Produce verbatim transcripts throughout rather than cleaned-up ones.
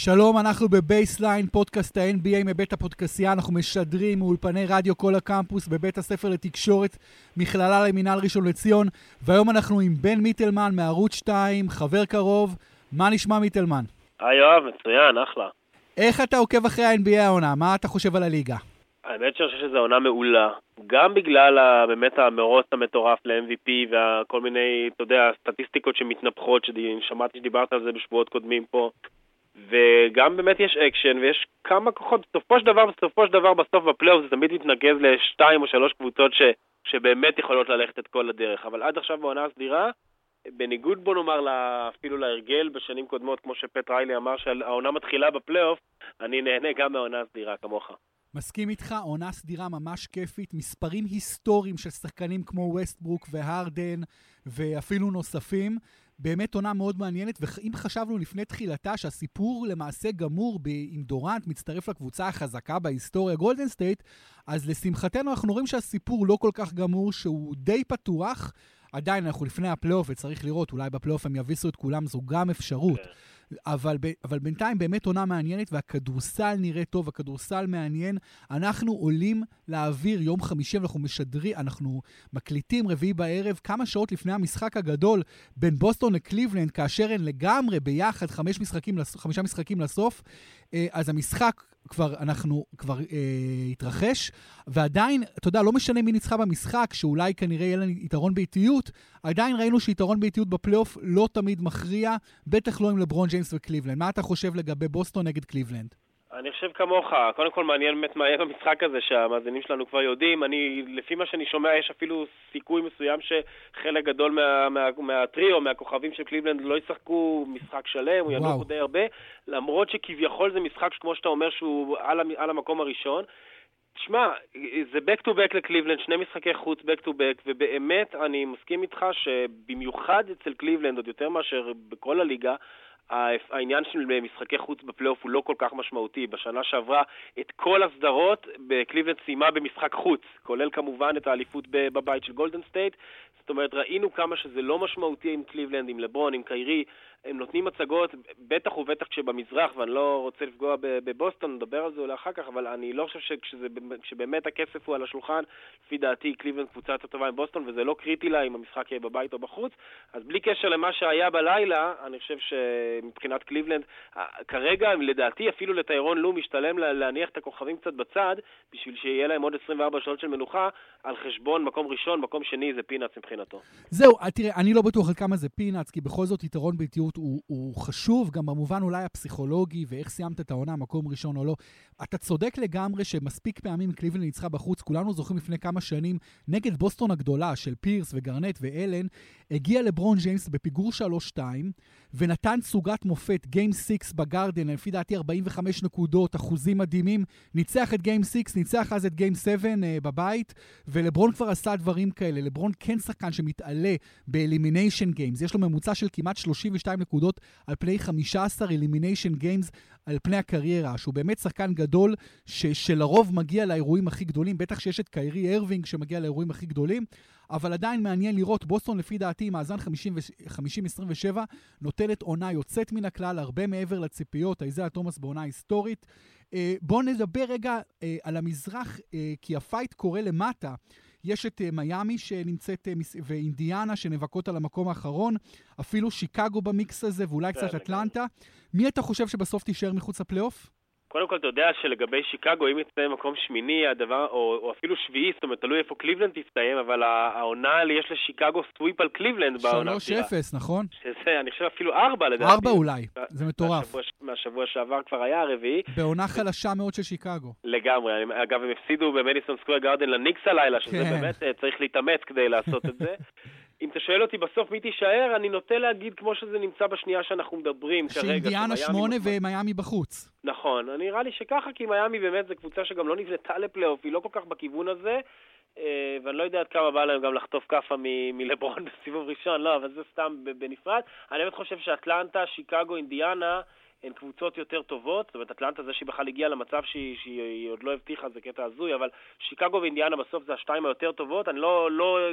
שלום, אנחנו בבייסליין, פודקאסט ה-אן בי איי מבית הפודקאסייה. אנחנו משדרים מאולפני רדיו כל הקמפוס בבית הספר לתקשורת, מכללה למינהל ראשון לציון, והיום אנחנו עם בן מיטלמן מערוץ שתיים, חבר קרוב. מה נשמע מיטלמן? היי יואב, מצוין, אחלה. איך אתה עוקב אחרי ה-אן בי איי העונה? מה אתה חושב על הליגה? האמת שאני חושב שזו עונה מעולה, גם בגלל ה, באמת המרוץ המטורף ל-אם וי פי וכל מיני, אתה יודע, סטטיסטיקות שמתנפחות, ששמעתי שדיברת על זה בשבועות קודמים פה, וגם באמת יש אקשן ויש כמה כוחות, בסופו של דבר, בסופו של דבר בסוף בפלייאוף זה תמיד מתנגז לשתיים או שלוש קבוצות ש, שבאמת יכולות ללכת את כל הדרך, אבל עד עכשיו בעונה הסדירה, בניגוד בוא נאמר אפילו להרגל בשנים קודמות, כמו שפט ריילי אמר שהעונה מתחילה בפלייאוף, אני נהנה גם מהעונה הסדירה כמוך. מסכים איתך, עונה סדירה ממש כיפית, מספרים היסטוריים של שחקנים כמו ווסטברוק והרדן ואפילו נוספים, באמת עונה מאוד מעניינת, ואם חשבנו לפני תחילתה שהסיפור למעשה גמור עם דורנט מצטרף לקבוצה החזקה בהיסטוריה גולדן סטייט, אז לשמחתנו אנחנו רואים שהסיפור לא כל כך גמור, שהוא די פתוח, עדיין אנחנו לפני הפלייאוף וצריך לראות, אולי בפלייאוף הם יביסו את כולם, זו גם אפשרות. אבל, אבל בינתיים באמת עונה מעניינת, והכדורסל נראה טוב, הכדורסל מעניין. אנחנו עולים לאוויר יום חמישי, ואנחנו משדרים, אנחנו מקליטים רביעי בערב, כמה שעות לפני המשחק הגדול בין בוסטון לקליבלנד, כאשר הן לגמרי ביחד חמש משחקים, חמישה משחקים לסוף, אז המשחק כבר, אנחנו כבר אה, התרחש, ועדיין, אתה יודע, לא משנה מי ניצחה במשחק, שאולי כנראה יהיה לנו יתרון באיטיות, עדיין ראינו שיתרון באיטיות בפלייאוף לא תמיד מכריע, בטח לא עם לברון ג'יימס וקליבלנד. מה אתה חושב לגבי בוסטון נגד קליבלנד? אני חושב כמוך, קודם כל מעניין באמת מה יהיה במשחק הזה שהמאזינים שלנו כבר יודעים, אני, לפי מה שאני שומע, יש אפילו סיכוי מסוים שחלק גדול מה, מה, מהטריו, מהכוכבים של קליבלנד לא ישחקו משחק שלם, הוא ינוחו די הרבה, למרות שכביכול זה משחק כמו שאתה אומר שהוא על, על המקום הראשון. תשמע, זה back to back לקליבלנד, שני משחקי חוץ back to back, ובאמת אני מסכים איתך שבמיוחד אצל קליבלנד, עוד יותר מאשר בכל הליגה, העניין של משחקי חוץ בפלייאוף הוא לא כל כך משמעותי. בשנה שעברה את כל הסדרות בקליבלנד סיימה במשחק חוץ, כולל כמובן את האליפות בבית של גולדן סטייט. זאת אומרת, ראינו כמה שזה לא משמעותי עם קליבלנד, עם לברון, עם קיירי, הם נותנים מצגות, בטח ובטח כשבמזרח, ואני לא רוצה לפגוע בבוסטון, נדבר על זה אולי אחר כך, אבל אני לא חושב שכשזה, כשבאמת הכסף הוא על השולחן, לפי דעתי קליבלנד קבוצה יותר טובה עם בוסטון, וזה לא קריטי לה אם המשחק יהיה בבית או בחוץ, אז בלי קשר למה שהיה בלילה, אני חושב שמבחינת קליבלנד, כרגע לדעתי אפילו לטיירון לו משתלם להניח את הכוכבים קצת בצד, בשביל שיהיה להם עוד עשרים וארבע שעות של מנוחה, על חשבון מקום ראשון, מקום שני זה פינאץ מבחינתו. זהו, תראה, אני לא בטוח על כמה זה פינאץ, כי בכל זאת יתרון באיטיות הוא, הוא חשוב, גם במובן אולי הפסיכולוגי, ואיך סיימת את העונה, מקום ראשון או לא. אתה צודק לגמרי שמספיק פעמים קליבלנד ניצחה בחוץ, כולנו זוכרים לפני כמה שנים, נגד בוסטון הגדולה של פירס וגרנט ואלן, הגיע לברון ג'יימס בפיגור שלוש שתיים, ונתן סוגת מופת, גיים סיקס בגרדן, לפי דעתי ארבעים וחמש נקודות, אחוזים מדהימים, ניצח את גיים סיקס, ניצח אז את גיים שבע uh, בבית, ולברון כבר עשה דברים כאלה. לברון כן שחקן שמתעלה באלימיניישן גיימס, יש לו ממוצע של כמעט שלושים ושתיים נקודות על פני חמישה עשר אלימיניישן גיימס על פני הקריירה, שהוא באמת שחקן גדול ש- שלרוב מגיע לאירועים הכי גדולים, בטח שיש את קיירי ארווינג שמגיע לאירועים הכי גדולים, אבל עדיין מעניין לראות, בוסטון לפי דעתי מאזן חמישים עשרים ושבע נוטלת עונה יוצאת מן הכלל, הרבה מעבר לציפיות, איזיה תומאס בעונה היסטורית. בואו נדבר רגע על המזרח, כי הפייט קורה למטה. יש את מיימי שנמצאת ואינדיאנה שנבקות על המקום האחרון, אפילו שיקגו במיקס הזה ואולי קצת אטלנטה. מי אתה חושב שבסוף תישאר מחוץ לפלייאוף? קודם כל, אתה יודע שלגבי שיקגו, אם יצא מקום שמיני, הדבר, או, או אפילו שביעי, זאת אומרת, תלוי איפה קליבלנד תסתיים, אבל העונה, יש לשיקגו סוויפ על קליבלנד בעונה. שלוש אפס, נכון? שזה, אני חושב אפילו ארבע, לדעתי. ארבע אולי, זה מטורף. מהשבוע, מהשבוע שעבר כבר היה הרביעי. בעונה חלשה מאוד של שיקגו. לגמרי. אגב, הם הפסידו במדיסון סקוואר גארדן לניקס הלילה, שזה כן. באמת צריך להתאמץ כדי לעשות את זה. אם אתה שואל אותי בסוף מי תישאר, אני נוטה להגיד כמו שזה נמצא בשנייה שאנחנו מדברים כרגע. שאינדיאנה שמונה ומיימי בחוץ. נכון, אני נראה לי שככה, כי מיימי באמת זו קבוצה שגם לא נבנתה לפלייאוף, היא לא כל כך בכיוון הזה, ואני לא יודע עד כמה בא להם גם לחטוף כפה מלברון בסיבוב ראשון, לא, אבל זה סתם בנפרד. אני באמת חושב שאטלנטה, שיקגו, אינדיאנה, הן קבוצות יותר טובות, זאת אומרת, אטלנטה זה שהיא בכלל הגיעה למצב שהיא, שהיא עוד לא הבטיחה, זה קטע הזוי, אבל שיקגו ואינדיאנה בסוף זה השתיים היותר טובות, אני לא, לא מול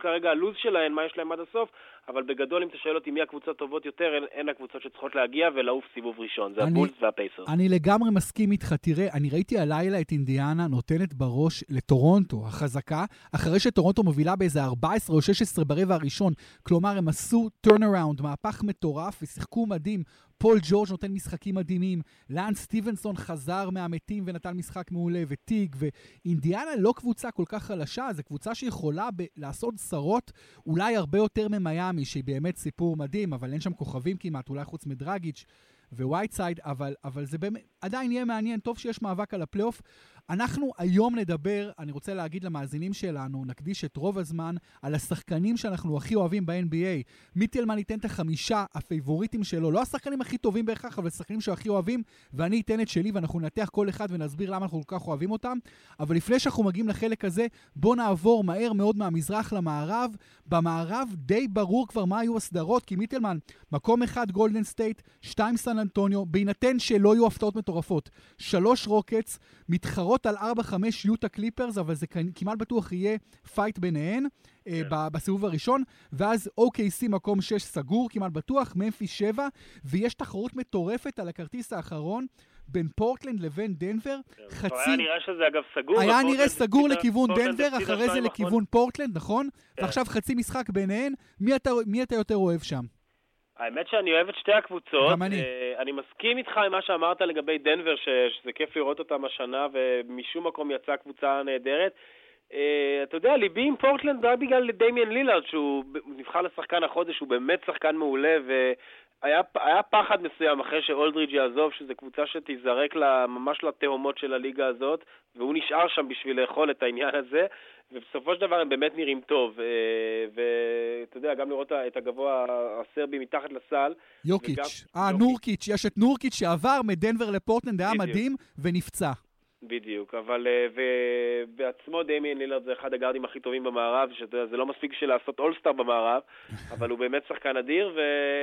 כרגע הלוז שלהן, מה יש להם עד הסוף, אבל בגדול אם אתה שואל אותי מי הקבוצות טובות יותר, אין, אין הקבוצות שצריכות להגיע ולעוף סיבוב ראשון, זה אני, הבולס והפייסרס. אני לגמרי מסכים איתך, תראה, אני ראיתי הלילה את אינדיאנה נותנת בראש לטורונטו, החזקה, אחרי שטורונטו מובילה באיזה ארבע עשרה או שש עשרה ברבע הראשון, כלומר הם עשו turnaround, מהפך מטורף ושיחקו מדהים, פול ג'ורג' נותן משחקים מדהימים, לאן סטיבנסון חזר מהמתים ונתן משחק מעולה, וטיג, ואינדיאנה לא קבוצה כל כך חלשה, זו קבוצה שיכולה ב- לעשות שרות אולי הרבה יותר ממיימי, שהיא באמת סיפור מדהים, אבל אין שם כוכבים כמעט, אולי חוץ מדרגיץ' ווייטסייד, אבל, אבל זה באמת, עדיין יהיה מעניין, טוב שיש מאבק על הפלייאוף. אנחנו היום נדבר, אני רוצה להגיד למאזינים שלנו, נקדיש את רוב הזמן על השחקנים שאנחנו הכי אוהבים ב-אן בי איי. מיטלמן ייתן את החמישה הפייבוריטים שלו, לא השחקנים הכי טובים בהכרח, אבל השחקנים שהכי אוהבים, ואני אתן את שלי, ואנחנו ננתח כל אחד ונסביר למה אנחנו כל כך אוהבים אותם. אבל לפני שאנחנו מגיעים לחלק הזה, בוא נעבור מהר מאוד מהמזרח למערב. במערב די ברור כבר מה היו הסדרות, כי מיטלמן, מקום אחד גולדן סטייט, שתיים סן אנטוניו, בהינתן שלא יהיו הפתעות מטורפות. שלוש רוקטס, מתחרות על ארבע חמש יוטה קליפרס, אבל זה כמעט בטוח יהיה פייט ביניהן yeah. uh, בסיבוב הראשון, ואז או קיי סי מקום שש סגור, כמעט בטוח, ממפיס שבע, ויש תחרות מטורפת על הכרטיס האחרון, בין פורטלנד לבין דנבר. Yeah. חצי... היה נראה שזה אגב סגור. היה נראה סגור לכיוון דנבר, אחרי זה לכיוון פורטלנד, נכון? Yeah. ועכשיו חצי משחק ביניהן, מי אתה, מי אתה יותר אוהב שם? האמת שאני אוהב את שתי הקבוצות. גם אני. אני מסכים איתך עם מה שאמרת לגבי דנבר, שזה כיף לראות אותם השנה, ומשום מקום יצאה קבוצה נהדרת. אתה יודע, ליבי עם פורטלנד רק בגלל דמיאן לילארד, שהוא נבחר לשחקן החודש, הוא באמת שחקן מעולה, והיה פחד מסוים אחרי שאולדריג' יעזוב, שזו קבוצה שתיזרק ממש לתהומות של הליגה הזאת, והוא נשאר שם בשביל לאכול את העניין הזה, ובסופו של דבר הם באמת נראים טוב, ואתה יודע, גם לראות את הגבוה הסרבי מתחת לסל. יוקיץ', אה, נורקיץ', יש את נורקיץ' שעבר מדנבר לפורטלנד, היה מדהים ונפצע. בדיוק, אבל בעצמו דמיאן לילארד זה אחד הגארדים הכי טובים במערב, שזה לא מספיק של לעשות אולסטאר במערב, אבל הוא באמת שחקן אדיר,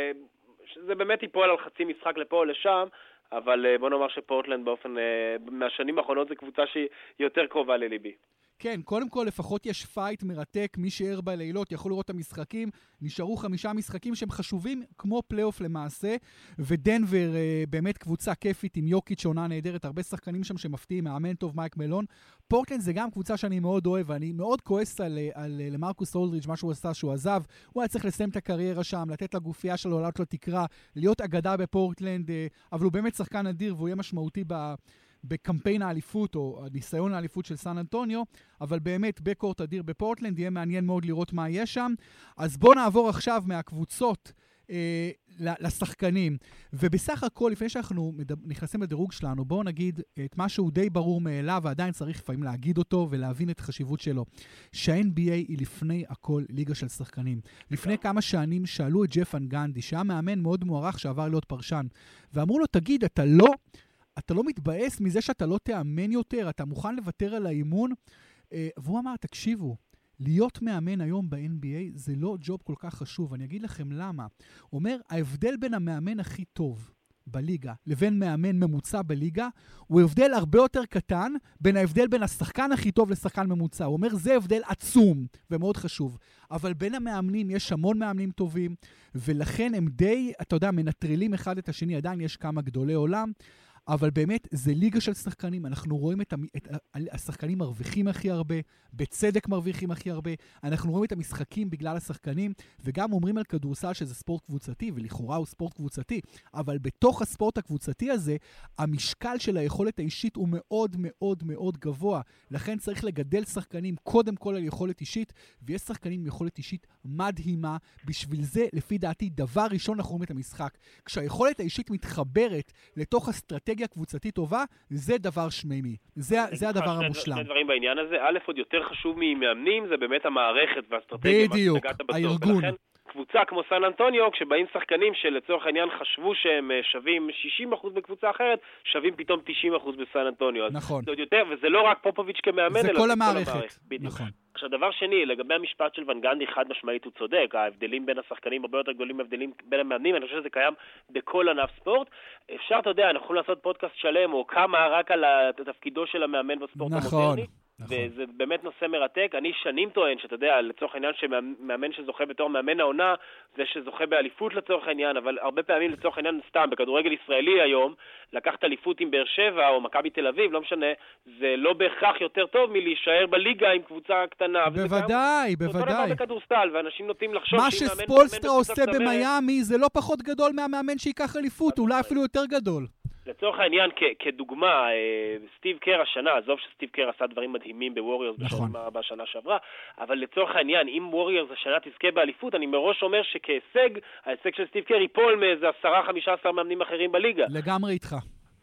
וזה באמת ייפול על חצי משחק לפה או לשם, אבל בוא נאמר שפורטלנד באופן, מהשנים האחרונות זה קבוצה שהיא יותר קרובה לליבי. כן, קודם כל לפחות יש פייט מרתק, מי שער בלילות יכול לראות את המשחקים, נשארו חמישה משחקים שהם חשובים כמו פלייאוף למעשה, ודנבר אה, באמת קבוצה כיפית עם יוקיץ' עונה נהדרת, הרבה שחקנים שם שמפתיעים, מאמן טוב מייק מלון. פורטלנד זה גם קבוצה שאני מאוד אוהב, ואני מאוד כועס על, על, על מרקוס אולדריץ', מה שהוא עשה שהוא עזב, הוא היה צריך לסיים את הקריירה שם, לתת לגופייה שלו, לעלות לו תקרה, להיות אגדה בפורטלנד, אה, אבל הוא באמת שחקן אדיר והוא יהיה משמעותי ב... בקמפיין האליפות או הניסיון האליפות של סן אנטוניו, אבל באמת בקורט אדיר בפורטלנד, יהיה מעניין מאוד לראות מה יש שם. אז בואו נעבור עכשיו מהקבוצות אה, לשחקנים. ובסך הכל, לפני שאנחנו נכנסים לדירוג שלנו, בואו נגיד את משהו די ברור מאליו, ועדיין צריך לפעמים להגיד אותו ולהבין את החשיבות שלו. שה-אן בי איי היא לפני הכל ליגה של שחקנים. לפני כמה שנים שאלו את ג'ף ון גנדי, שהיה מאמן מאוד מוערך שעבר להיות פרשן, ואמרו לו, תגיד, אתה לא... אתה לא מתבאס מזה שאתה לא תאמן יותר, אתה מוכן לוותר על האימון, והוא אמר, תקשיבו, להיות מאמן היום ב-אן בי איי זה לא ג'וב כל כך חשוב, אני אגיד לכם למה. הוא אומר, ההבדל בין המאמן הכי טוב בליגה לבין מאמן ממוצע בליגה, הוא הבדל הרבה יותר קטן בין ההבדל בין השחקן הכי טוב לשחקן ממוצע. הוא אומר, זה הבדל עצום ומאוד חשוב. אבל בין המאמנים יש המון מאמנים טובים, ולכן הם די, אתה יודע, מנטרלים אחד את השני, עדיין יש כמה גדולי עולם, אבל באמת זה ליגה של שחקנים, אנחנו רואים את, את השחקנים מרוויחים הכי הרבה, בצדק מרוויחים הכי הרבה, אנחנו רואים את המשחקים בגלל השחקנים, וגם אומרים על כדורסל שזה ספורט קבוצתי, ולכאורה הוא ספורט קבוצתי, אבל בתוך הספורט הקבוצתי הזה, המשקל של היכולת האישית הוא מאוד מאוד מאוד גבוה, לכן צריך לגדל שחקנים קודם כל על יכולת אישית, ויש שחקנים עם יכולת אישית מדהימה, בשביל זה לפי דעתי דבר ראשון אנחנו רואים את המשחק, כשהיכולת האישית מתחברת לתוך אסטרטגיה קבוצתית טובה, זה דבר שמימי. זה, זה הדבר המושלם. שני דברים בעניין הזה. א', עוד יותר חשוב ממאמנים, זה באמת המערכת והאסטרטגיה. בדיוק, הארגון. ולכן, קבוצה כמו סן אנטוניו, כשבאים שחקנים שלצורך העניין חשבו שהם שווים שישים אחוז בקבוצה אחרת, שווים פתאום תשעים אחוז בסן אנטוניו. נכון. זה עוד יותר, וזה לא רק פופוביץ' כמאמן, זה אלא כל המערכת. נכון. עכשיו, דבר שני, לגבי המשפט של ון גנדי, חד משמעית הוא צודק, ההבדלים בין השחקנים הרבה יותר גדולים מהבדלים בין המאמנים, אני חושב שזה קיים בכל ענף ספורט. אפשר, אתה יודע, אנחנו יכולים לעשות פודקאסט שלם, או כמה רק על תפקידו של המאמן בספורט המודרני. נכון. וזה באמת נושא מרתק. אני שנים טוען, שאתה יודע, לצורך העניין שמאמן שזוכה בתור מאמן העונה, זה שזוכה באליפות לצורך העניין, אבל הרבה פעמים לצורך העניין סתם, בכדורגל ישראלי היום, לקחת אליפות עם באר שבע או מכבי תל אביב, לא משנה, זה לא בהכרח יותר טוב מלהישאר בליגה עם קבוצה קטנה. בוודאי, בוודאי. אותו דבר בכדורסל, ואנשים נוטים לחשוב מה שספולסטרה עושה במיימי זה לא פחות גדול מהמאמן שיקח אליפות, אולי אפילו יותר גדול. לצורך העניין, כדוגמה, סטיב קר השנה, עזוב שסטיב קר עשה דברים מדהימים בווריורס בשנה שעברה, אבל לצורך העניין, אם ווריורס השנה תזכה באליפות, אני מראש אומר שכהישג, ההישג של סטיב קר ייפול מאיזה עשרה חמישה עשר מאמנים אחרים בליגה. לגמרי איתך.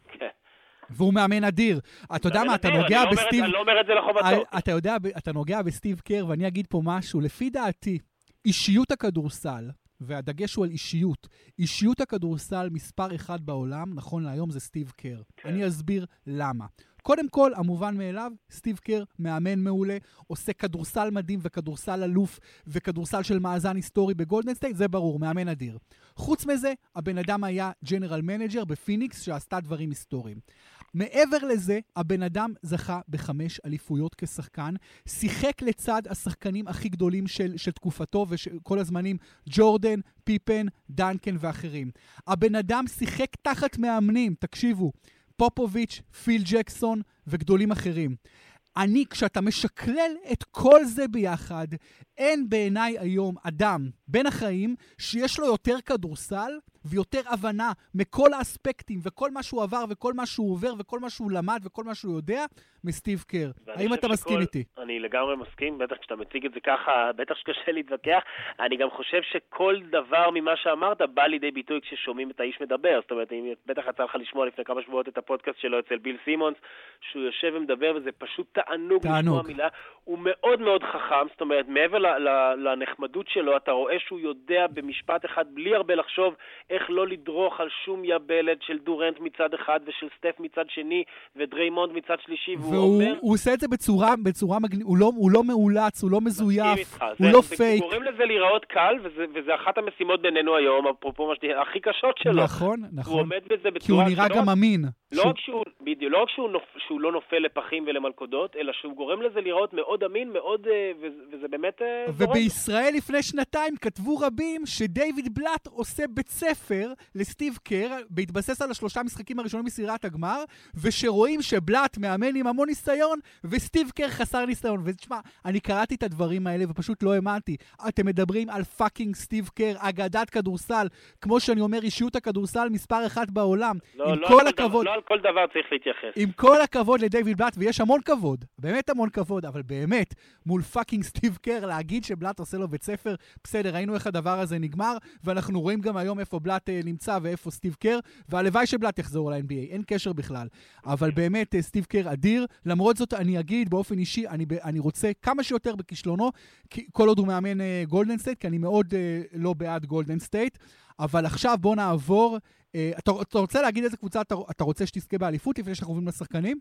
והוא מאמן אדיר. אתה יודע מה, אתה נוגע בסטיב... אני לא אומר את זה לחובתו. אתה יודע, אתה נוגע בסטיב קר, ואני אגיד פה משהו, לפי דעתי, אישיות הכדורסל, והדגש הוא על אישיות. אישיות הכדורסל מספר אחד בעולם, נכון להיום זה סטיב קר. כן. אני אסביר למה. קודם כל, המובן מאליו, סטיב קר מאמן מעולה, עושה כדורסל מדהים וכדורסל אלוף וכדורסל של מאזן היסטורי בגולדן סטייט, זה ברור, מאמן אדיר. חוץ מזה, הבן אדם היה ג'נרל מנג'ר בפיניקס שעשתה דברים היסטוריים. מעבר לזה, הבן אדם זכה בחמש אליפויות כשחקן, שיחק לצד השחקנים הכי גדולים של, של תקופתו וכל הזמנים, ג'ורדן, פיפן, דנקן ואחרים. הבן אדם שיחק תחת מאמנים, תקשיבו, פופוביץ', פיל ג'קסון וגדולים אחרים. אני, כשאתה משקלל את כל זה ביחד, אין בעיניי היום אדם בין החיים שיש לו יותר כדורסל ויותר הבנה מכל האספקטים וכל מה שהוא עבר וכל מה שהוא עובר וכל מה שהוא למד וכל מה שהוא יודע מסטיב קר. האם אתה מסכים איתי? אני לגמרי מסכים, בטח כשאתה מציג את זה ככה, בטח שקשה להתווכח. אני גם חושב שכל דבר ממה שאמרת בא לידי ביטוי כששומעים את האיש מדבר. זאת אומרת, בטח יצא לך לשמוע לפני כמה שבועות את הפודקאסט שלו אצל ביל סימונס, שהוא יושב ומדבר וזה פשוט תענוג לשמוע מילה. הוא מאוד מאוד חכם, זאת אומרת, מעבר לנחמדות שלו, אתה רואה שהוא יודע במשפט אחד, בלי הרבה לחשוב, איך לא לדרוך על שום יבלד של דורנט מצד אחד ושל סטף מצד שני ודריימונד מצד שלישי. והוא אומר... הוא עושה את זה בצורה, בצורה מגניב, הוא לא, הוא לא מאולץ, הוא לא מזויף, הוא זה, לא זה, פייק. גורם לזה להיראות קל, וזה, וזה אחת המשימות בינינו היום, אפרופו הכי קשות שלו. נכון, נכון. הוא עומד בזה בצורה... כי הוא נראה גם אמין. לא רק שהוא, בדיוק, לא רק שהוא, נופ, שהוא לא נופל לפחים ולמלכודות, אלא שהוא גורם לזה לראות מאוד אמין, מאוד, וזה, וזה באמת... ובישראל לפני שנתיים כתבו רבים שדייוויד בלאט עושה בית ספר לסטיב קר, בהתבסס על השלושה משחקים הראשונים בסדרת הגמר, ושרואים שבלאט מאמן עם המון ניסיון, וסטיב קר חסר ניסיון. ותשמע, אני קראתי את הדברים האלה ופשוט לא האמנתי. אתם מדברים על פאקינג סטיב קר, אגדת כדורסל, כמו שאני אומר, אישיות הכדורסל מספר אחד בעולם. לא, עם לא כל על הכבוד, דבר, לא על כל דבר צריך להתייחס. עם כל הכבוד לדייוויד בלאט, ויש המון כבוד, באמת המון כבוד, אבל באמת, מול פאקינג סטיב קר, להגיד שבלאט עושה לו בית ספר, בסדר, ראינו איך הדבר הזה נגמר, ואנחנו רואים גם היום איפה בלאט נמצא ואיפה סטיב קר, והלוואי שבלאט יחזור ל-אן בי איי, אין קשר בכלל. אבל באמת, סטיב קר אדיר, למרות זאת אני אגיד באופן אישי, אני, אני רוצה כמה שיותר בכישלונו, כל עוד הוא מאמן גולדן סטייט, כי אני מאוד לא בעד גולדן סטייט, אבל עכשיו בוא נעבור, אתה, אתה רוצה להגיד איזה קבוצה אתה, אתה רוצה שתזכה באליפות לפני שאנחנו עוברים לשחקנים?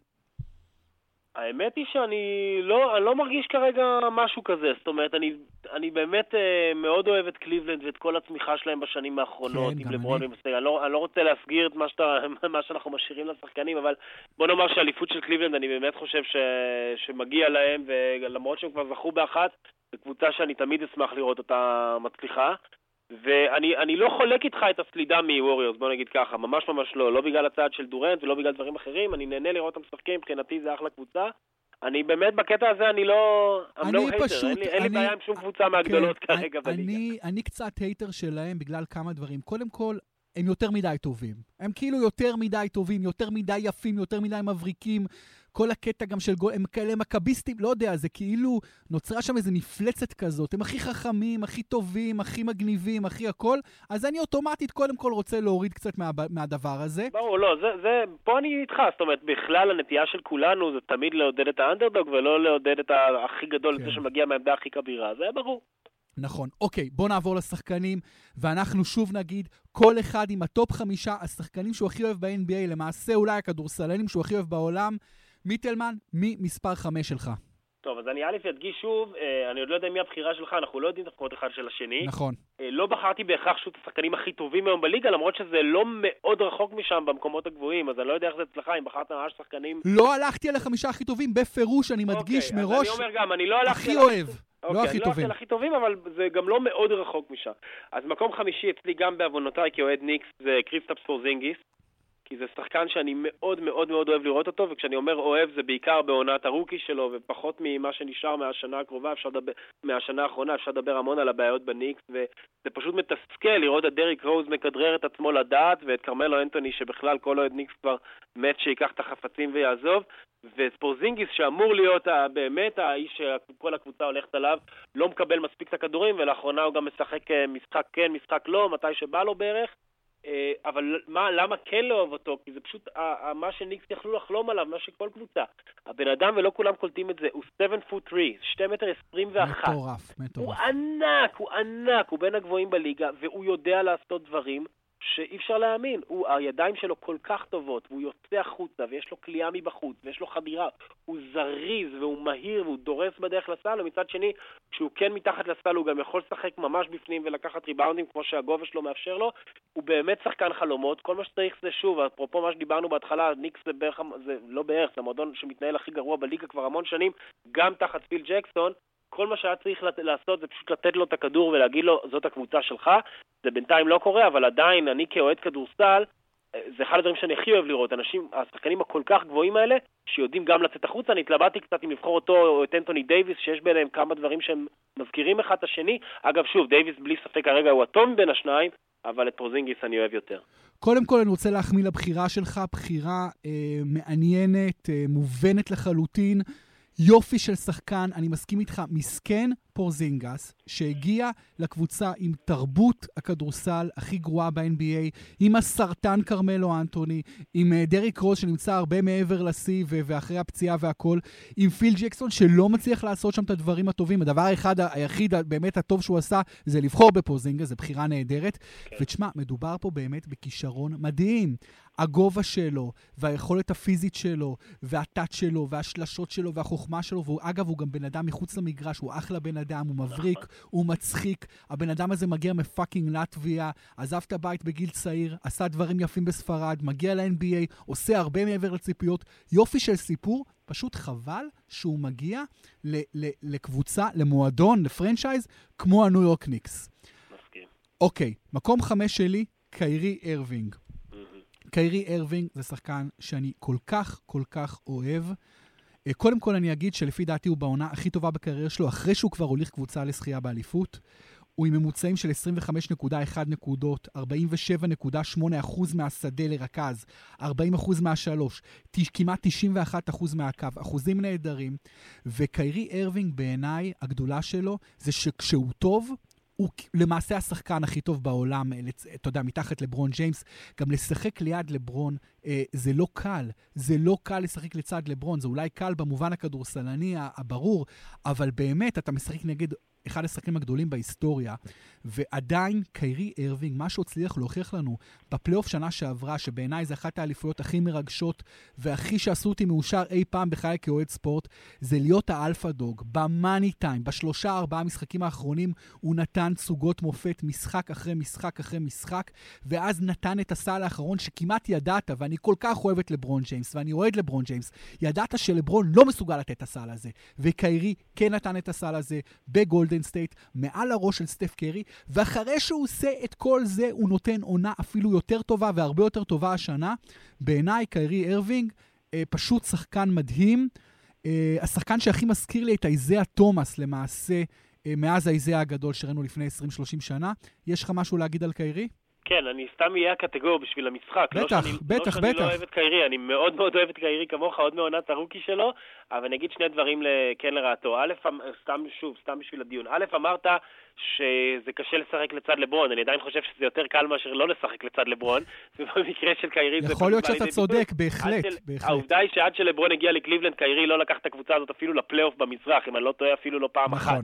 האמת היא שאני לא, אני לא מרגיש כרגע משהו כזה, זאת אומרת, אני, אני באמת אה, מאוד אוהב את קליבלנד ואת כל הצמיחה שלהם בשנים האחרונות, כן, עם לברון ומסתכל, אני לא, אני לא רוצה להסגיר את מה, שאתה, מה שאנחנו משאירים לשחקנים, אבל בוא נאמר שהאליפות של קליבלנד, אני באמת חושב ש, שמגיע להם, ולמרות שהם כבר זכו באחת, זו קבוצה שאני תמיד אשמח לראות אותה מצליחה, ואני אני לא חולק איתך את הסלידה מווריורס, בוא נגיד ככה, ממש ממש לא, לא בגלל הצעד של דורנט ולא בגלל דברים אחרים, אני נהנה לראות אותם משחקים, מבחינתי זה אחלה קבוצה, אני באמת בקטע הזה אני לא, אני לא הייטר, אין לי, אין לי בעיה עם שום קבוצה מהגדולות כן, כרגע בליגה. אני, אני קצת הייטר שלהם בגלל כמה דברים, קודם כל, הם יותר מדי טובים, הם כאילו יותר מדי טובים, יותר מדי יפים, יותר מדי מבריקים, כל הקטע גם של גול, הם כאלה מקביסטים, לא יודע, זה כאילו נוצרה שם איזו מפלצת כזאת, הם הכי חכמים, הכי טובים, הכי מגניבים, הכי הכל, אז אני אוטומטית קודם כל רוצה להוריד קצת מה, מהדבר הזה. ברור, לא, זה, זה, פה אני איתך, זאת אומרת, בכלל הנטייה של כולנו זה תמיד לעודד את האנדרדוג ולא לעודד את הכי גדול, כן. זה שמגיע מהעמדה הכי כבירה, זה ברור. נכון, אוקיי, בוא נעבור לשחקנים, ואנחנו שוב נגיד, כל אחד עם הטופ חמישה, השחקנים שהוא הכי אוהב ב-אן בי איי, למעשה אולי הכדורסלנים שהוא הכי אוהב בעולם, מיטלמן, מי מספר חמש שלך? טוב, אז אז אני א' אדגיש שוב, אני עוד לא יודע מי הבחירה שלך, אנחנו לא יודעים את החכמות אחד של השני. נכון. לא בחרתי בהכרח שהוא את השחקנים הכי טובים היום בליגה, למרות שזה לא מאוד רחוק משם במקומות הגבוהים, אז אני לא יודע איך זה אצלך, אם בחרת ממש שחקנים... לא הלכתי על החמישה הכי טובים, בפירוש, אני מדגיש אוקיי, מראש, אז אני אומר גם, אני לא הלכתי... הכי אוהב, אוקיי, לא הכי אני טובים. לא הלכתי על הכי טובים, אבל זה גם לא מאוד רחוק משם. אז מקום חמישי אצלי גם בעוונותיי כאוהד ניקס זה קריסטאפס פורזינגיס, כי זה שחקן שאני מאוד מאוד מאוד אוהב לראות אותו, וכשאני אומר אוהב זה בעיקר בעונת הרוקי שלו, ופחות ממה שנשאר מהשנה הקרובה, אפשר לדבר, מהשנה האחרונה, אפשר לדבר המון על הבעיות בניקס, וזה פשוט מתסכל לראות את דריק רוז מכדרר את עצמו לדעת, ואת קרמלו אנטוני שבכלל כל אוהד ניקס כבר מת שיקח את החפצים ויעזוב, וספורזינגיס שאמור להיות באמת האיש שכל הקבוצה הולכת עליו, לא מקבל מספיק את הכדורים, ולאחרונה הוא גם משחק משחק כן, משחק לא, מתי שבא לו בערך, אבל מה, למה כן לא אוהב אותו? כי זה פשוט מה שניקס יכלו לחלום עליו, מה שכל קבוצה. הבן אדם ולא כולם קולטים את זה, הוא שבע פוט שלוש, שני מטר עשרים ואחת. מטורף, מטורף. הוא ענק, הוא ענק, הוא בין הגבוהים בליגה, והוא יודע לעשות דברים שאי אפשר להאמין. הוא, הידיים שלו כל כך טובות, והוא יוצא החוצה, ויש לו קליעה מבחוץ, ויש לו חדירה. הוא זריז, והוא מהיר, והוא דורס בדרך לסל, ומצד שני, כשהוא כן מתחת לסל, הוא גם יכול לשחק ממש בפנים ולקחת ריבאונדים, כמו שהגובה שלו מאפשר לו. הוא באמת שחקן חלומות. כל מה שצריך זה שוב, אפרופו מה שדיברנו בהתחלה, ניקס זה בערך, זה לא בערך, זה המועדון שמתנהל הכי גרוע בליגה כבר המון שנים, גם תחת פיל ג'קסון. כל מה שהיה צריך לעשות זה פשוט לתת לו את הכדור ולהגיד לו, זאת הקבוצה שלך. זה בינתיים לא קורה, אבל עדיין אני כאוהד כדורסל, זה אחד הדברים שאני הכי אוהב לראות. אנשים, השחקנים הכל כך גבוהים האלה, שיודעים גם לצאת החוצה. אני התלבטתי קצת אם לבחור אותו או את אנטוני דייביס, שיש ביניהם כמה דברים שהם מזכירים אחד את השני. אגב, שוב, דייביס בלי ספק הרגע הוא הטוב בין השניים, אבל את פורזינגיס אני אוהב יותר. קודם כל אני רוצה להחמיא לבחירה שלך, בחירה אה, מעניינת, אה, מובנת לחלוטין, יופי של שחקן, אני מסכים איתך, מסכן פורזינגס, שהגיע לקבוצה עם תרבות הכדורסל הכי גרועה ב-אן בי איי, עם הסרטן קרמלו אנטוני, עם דריק רוז שנמצא הרבה מעבר לשיא ואחרי הפציעה והכל, עם פיל ג'קסון שלא מצליח לעשות שם את הדברים הטובים. הדבר האחד, היחיד באמת הטוב שהוא עשה, זה לבחור בפורזינגס, זה בחירה נהדרת. Okay. ותשמע, מדובר פה באמת בכישרון מדהים. הגובה שלו, והיכולת הפיזית שלו, והטאט שלו, והשלשות שלו, והחוכמה שלו, ואגב, הוא גם בן אדם מחוץ למגרש, הוא אחלה בן אדם, הוא מבריק, הוא מצחיק. הבן אדם הזה מגיע מפאקינג לטביה, עזב את הבית בגיל צעיר, עשה דברים יפים בספרד, מגיע ל-אן בי איי, עושה הרבה מעבר לציפיות. יופי של סיפור, פשוט חבל שהוא מגיע ל- ל- לקבוצה, למועדון, לפרנצ'ייז, כמו הניו יורק ניקס. מסכים. אוקיי, מקום חמש שלי, קיירי ארווינג. קיירי ארווינג זה שחקן שאני כל כך, כל כך אוהב. קודם כל אני אגיד שלפי דעתי הוא בעונה הכי טובה בקריירה שלו, אחרי שהוא כבר הוליך קבוצה לזכייה באליפות. הוא עם ממוצעים של עשרים וחמש נקודה אחת נקודות, ארבעים ושבע נקודה שמונה אחוז מהשדה לרכז, ארבעים אחוז מהשלוש, כמעט תשעים ואחד אחוז מהקו, אחוזים נהדרים. וקיירי ארווינג בעיניי, הגדולה שלו, זה שכשהוא טוב, הוא למעשה השחקן הכי טוב בעולם, אתה יודע, מתחת לברון ג'יימס, גם לשחק ליד לברון, אה, זה לא קל, זה לא קל לשחק לצד לברון, זה אולי קל במובן הכדורסלני הברור, אבל באמת אתה משחק נגד אחד השחקנים הגדולים בהיסטוריה, ועדיין קיירי ארווינג, מה שהצליח להוכיח לנו בפלייאוף שנה שעברה, שבעיניי זה אחת האליפויות הכי מרגשות, והכי שעשו אותי מאושר אי פעם בחיי כאוהד ספורט, זה להיות האלפא דוג, במאני טיים, בשלושה ארבעה משחקים האחרונים, הוא נתן צוגות מופת, משחק אחרי משחק אחרי משחק, ואז נתן את הסל האחרון שכמעט ידעת, ואני כל כך אוהב את לברון ג'יימס, ואני אוהד לברון ג'יימס, ידעת שלברון לא מסוגל לתת את הסל הזה, וקיירי כן נתן את הסל הזה בגולדן סטייט, מעל הראש של סטף קרי, ואחרי שהוא עושה את כל זה, הוא נותן עונה אפילו יותר טובה, והרבה יותר טובה השנה. בעיניי, קיירי ארווינג, אה, פשוט שחקן מדהים, אה, השחקן שהכי מזכיר לי את איזאה תומאס, למעשה, אה, מאז האיזאה הגדול שראינו לפני עשרים שלושים שנה. יש לך משהו להגיד על קיירי? כן, אני סתם אהיה הקטגור בשביל המשחק. בטח, לא שאני, בטח, לא שאני בטח. לא אוהב את קיירי, אני מאוד מאוד אוהב את קיירי כמוך, עוד מעונת הרוקי שלו, אבל אני אגיד שני דברים כן לרעתו. א', סתם שוב, סתם בשביל הדיון. א', אמרת שזה קשה לשחק לצד לברון, אני עדיין חושב שזה יותר קל מאשר לא לשחק לצד לברון, ובמקרה של קיירי זה... יכול להיות שאתה צודק, בהחלט, בהחלט. העובדה היא שעד שלברון הגיע לקליבלנד, קיירי לא לקח את הקבוצה הזאת אפילו לפלייאוף במזרח, אם אני לא טועה אפילו לא פעם אחת.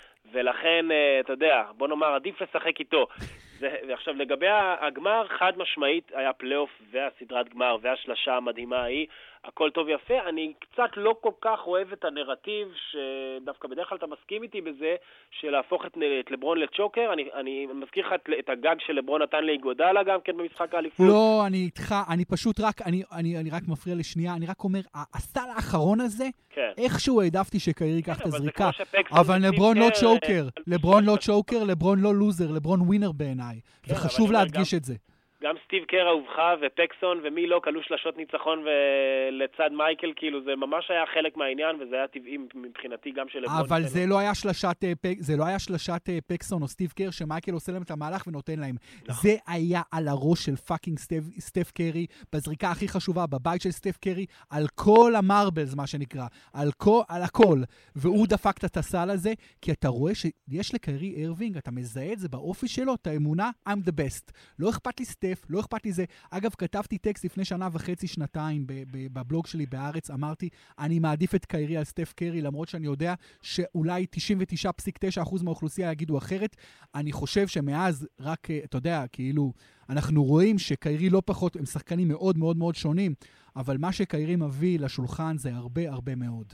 ולכן, אתה יודע, בוא נאמר, עדיף לשחק איתו. ועכשיו, לגבי הגמר, חד משמעית היה פלייאוף והסדרת גמר והשלשה המדהימה ההיא, הכל טוב יפה. אני קצת לא כל כך אוהב את הנרטיב, שדווקא בדרך כלל אתה מסכים איתי בזה, שלהפוך את, את לברון לצ'וקר. אני, אני מזכיר לך את, את הגג של לברון נתן לאיגודלה גם כן במשחק האליפות. לא, אני איתך, אני פשוט רק, אני, אני, אני רק מפריע לשנייה, אני רק אומר, הסל האחרון הזה, כן. איכשהו העדפתי שקיירי ייקח את הזריקה, אבל לברון לא צ'וקר, לברון לא צ'וקר, לברון לא לוזר, לברון ווינר בעיניי, וחשוב להדגיש את זה. גם סטיב קר אהובך ופקסון ומי לא קלו שלשות ניצחון ולצד מייקל, כאילו זה ממש היה חלק מהעניין, וזה היה טבעי מבחינתי גם של לברון. אבל זה לא היה שלשת, זה לא היה שלשת פקסון או סטיב קר שמייקל עושה להם את המהלך ונותן להם. זה היה על הראש של פאקינג סטיב קרי, בזריקה הכי חשובה, בבית של סטיב קרי, על כל המרבלס, מה שנקרא, על כל, על הכל. והוא דפק את הסל הזה, כי אתה רואה שיש לקיירי אירווינג, אתה מזהה את זה באופי שלו, את האמונה, I'm the best. לא אכפת לי סטיב, לא אכפת לי זה. אגב, כתבתי טקסט לפני שנה וחצי, שנתיים, בבלוג שלי בארץ, אמרתי, אני מעדיף את קיירי על סטף קרי, למרות שאני יודע שאולי תשעים ותשע נקודה תשע אחוז מהאוכלוסייה יגידו אחרת. אני חושב שמאז רק, אתה יודע, כאילו, אנחנו רואים שקיירי לא פחות, הם שחקנים מאוד מאוד מאוד שונים, אבל מה שקיירי מביא לשולחן זה הרבה הרבה מאוד.